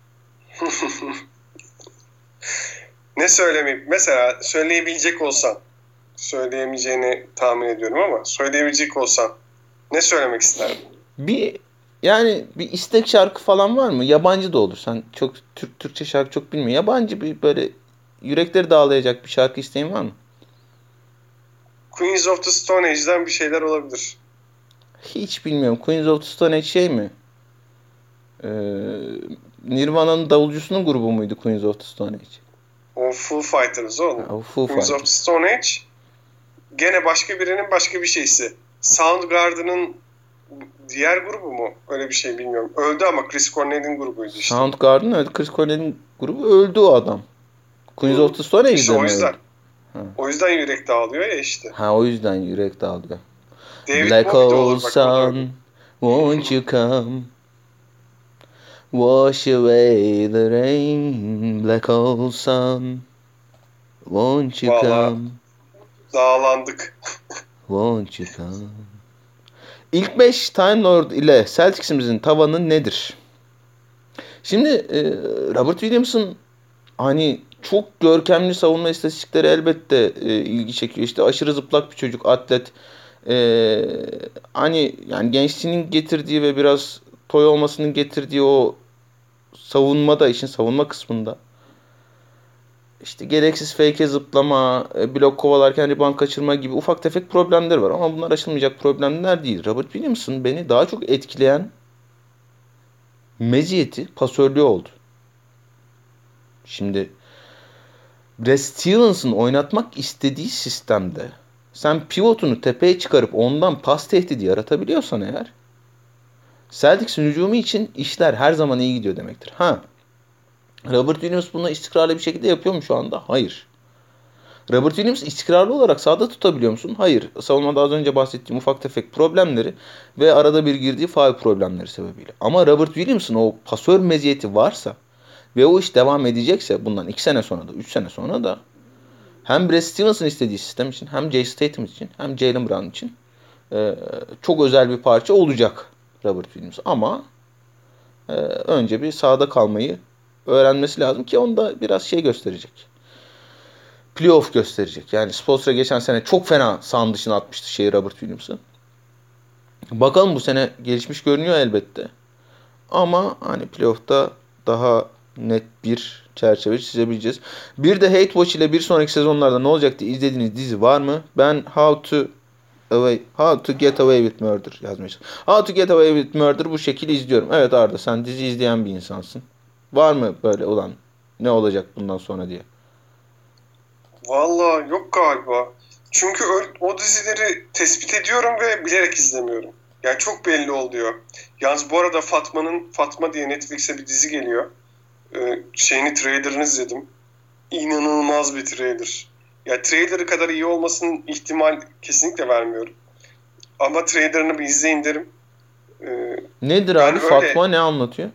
Ne söylemeyeyim? Mesela söyleyebilecek olsan, söyleyemeyeceğini tahmin ediyorum ama söyleyebilecek olsan ne söylemek isterdin?
Bir istek şarkı falan var mı? Yabancı da olur. Sen çok Türkçe şarkı çok bilmiyorsun. Yabancı bir böyle yürekleri dağlayacak bir şarkı isteğin var mı?
Queens of the Stone Age'den bir şeyler olabilir.
Hiç bilmiyorum. Queens of the Stone Age şey mi? Ee, Nirvana'nın davulcusunun grubu muydu Queens of the Stone Age?
O Foo Fighters oğlum.
O Foo
Queens of the Stone Age gene başka birinin başka bir şeysi. Soundgarden'ın diğer grubu mu? Öyle bir şey bilmiyorum. Öldü ama Chris Cornell'in grubuydu işte.
Soundgarden, evet, Chris Cornell'in grubu, öldü o adam. Queens of the Stone Age'de
İşte
mi
o
öldü?
yüzden.
Ha.
O yüzden yürek dağılıyor ya işte.
Ha, o yüzden yürek dağılıyor.
David
Black
Bowie de
hole
olur bak.
sun, won't you come? Wash away the rain, black hole sun, won't you
Vallahi
come?
dağlandık.
Won't you come? İlk 5 Time Lord ile Celtics'imizin tavanı nedir? Şimdi Robert Williams'ın hani çok görkemli savunma istatistikleri elbette ilgi çekiyor. İşte aşırı zıplak bir çocuk, atlet. Hani yani gençliğinin getirdiği ve biraz toy olmasının getirdiği o işin savunma kısmında İşte gereksiz fake'e zıplama, blok kovalarken rebound kaçırma gibi ufak tefek problemler var. Ama bunlar aşılmayacak problemler değil. Robert Williams'ın beni daha çok etkileyen meziyeti pasörlüğü oldu. Şimdi Brad Stevens'ın oynatmak istediği sistemde sen pivotunu tepeye çıkarıp ondan pas tehdidi yaratabiliyorsan eğer, Celtics'in hücumu için işler her zaman iyi gidiyor demektir. Robert Williams bunu istikrarlı bir şekilde yapıyor mu şu anda? Hayır. Robert Williams istikrarlı olarak sahada tutabiliyor musun? Hayır. Savunmada az önce bahsettiğim ufak tefek problemleri ve arada bir girdiği faul problemleri sebebiyle. Ama Robert Williams'ın o pasör meziyeti varsa ve o iş devam edecekse bundan 2 sene sonra da 3 sene sonra da hem Brad Stevens'ın istediği sistem için hem Jason Tatum için hem Jaylen Brown için çok özel bir parça olacak Robert Williams. Ama önce bir sahada kalmayı öğrenmesi lazım ki onda biraz şey gösterecek. Playoff gösterecek. Yani Spoelstra geçen sene çok fena sahanın dışına atmıştı Robert Williams'ı. Bakalım bu sene gelişmiş görünüyor elbette. Ama hani playoff'ta daha net bir çerçeve çizebileceğiz. Bir de Hate Watch ile bir sonraki sezonlarda ne olacak diye izlediğiniz dizi var mı? Ben How to Get Away with Murder yazmışım. How to Get Away with Murder bu şekilde izliyorum. Evet Arda, sen dizi izleyen bir insansın. Var mı böyle olan ne olacak bundan sonra diye?
Vallahi yok galiba. Çünkü o dizileri tespit ediyorum ve bilerek izlemiyorum. Yani çok belli oluyor. Yalnız bu arada Fatma diye Netflix'e bir dizi geliyor. Trailer'ını izledim. İnanılmaz bir trailer. Ya trailer'ı kadar iyi olmasının ihtimal kesinlikle vermiyorum. Ama trailer'ını bir izleyin derim.
Nedir abi? Fatma ne anlatıyor?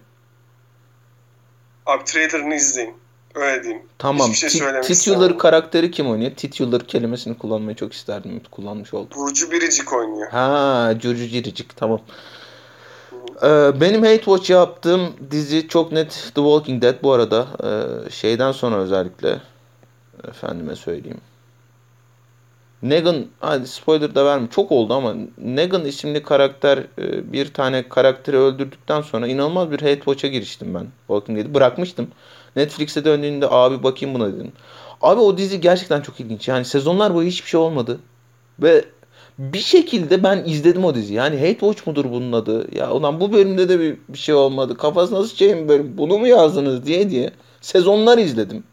Abi trailer'ını izleyin. Öyle diyeyim.
Tamam.
Hiçbir şey söylemek
Titular
istemiyorum.
karakteri kim oynuyor? Titular kelimesini kullanmayı çok isterdim. Kullanmış oldum.
Burcu Biricik oynuyor.
Burcu Biricik, tamam. Benim Hate Watch yaptığım dizi çok net The Walking Dead bu arada. Şeyden sonra özellikle efendime söyleyeyim. Negan, hadi spoiler da verme. Çok oldu ama Negan isimli karakter bir tane karakteri öldürdükten sonra inanılmaz bir Hate Watch'a giriştim ben. Walking Dead'i bırakmıştım. Netflix'e döndüğünde abi bakayım buna dedim. Abi o dizi gerçekten çok ilginç. Yani sezonlar boyu hiçbir şey olmadı. Ve bir şekilde ben izledim o diziyi. Yani Hate Watch mudur bunun adı? Ya ulan bu bölümde de bir şey olmadı. Kafasına sıçayım bölüm. Bunu mu yazdınız diye sezonlar izledim.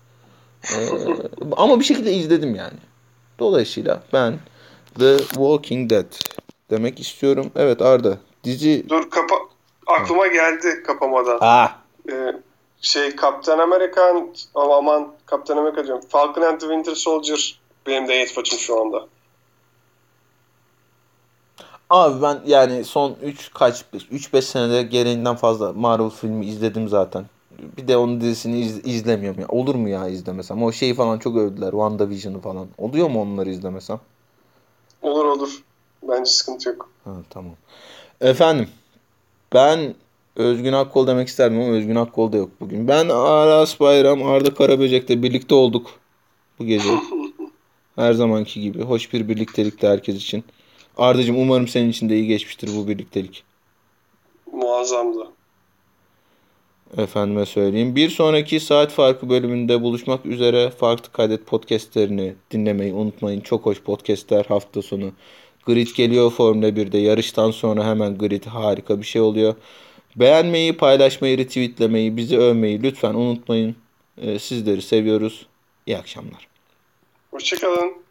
Ama bir şekilde izledim yani. Dolayısıyla ben The Walking Dead demek istiyorum. Evet Arda, dizi...
Dur aklıma geldi kapamadan. Kaptan Amerika diyorum. Falcon and the Winter Soldier benim de Hate Watch'ım şu anda.
Abi ben yani son 3-5 senede gereğinden fazla Marvel filmi izledim zaten. Bir de onun dizisini izlemiyorum ya. Olur mu ya izlemesem? O şeyi falan çok övdüler. WandaVision'ı falan. Oluyor mu onları izlemesem?
Olur olur. Bence sıkıntı yok.
Ha, tamam. Efendim, ben Özgün Akkol demek isterdim ama Özgün Akkol da yok bugün. Ben Aras Bayram, Arda Karaböcek'le birlikte olduk bu gece. Her zamanki gibi. Hoş bir birliktelikti herkes için. Ardacığım, umarım senin için de iyi geçmiştir bu birliktelik.
Muazzamdı.
Efendime söyleyeyim. Bir sonraki Saat Farkı bölümünde buluşmak üzere. Farklı Kaydet podcastlerini dinlemeyi unutmayın. Çok hoş podcastler hafta sonu. Grid geliyor Formula 1'de. Yarıştan sonra hemen Grid harika bir şey oluyor. Beğenmeyi, paylaşmayı, retweetlemeyi, bizi övmeyi lütfen unutmayın. Sizleri seviyoruz. İyi akşamlar.
Hoşçakalın.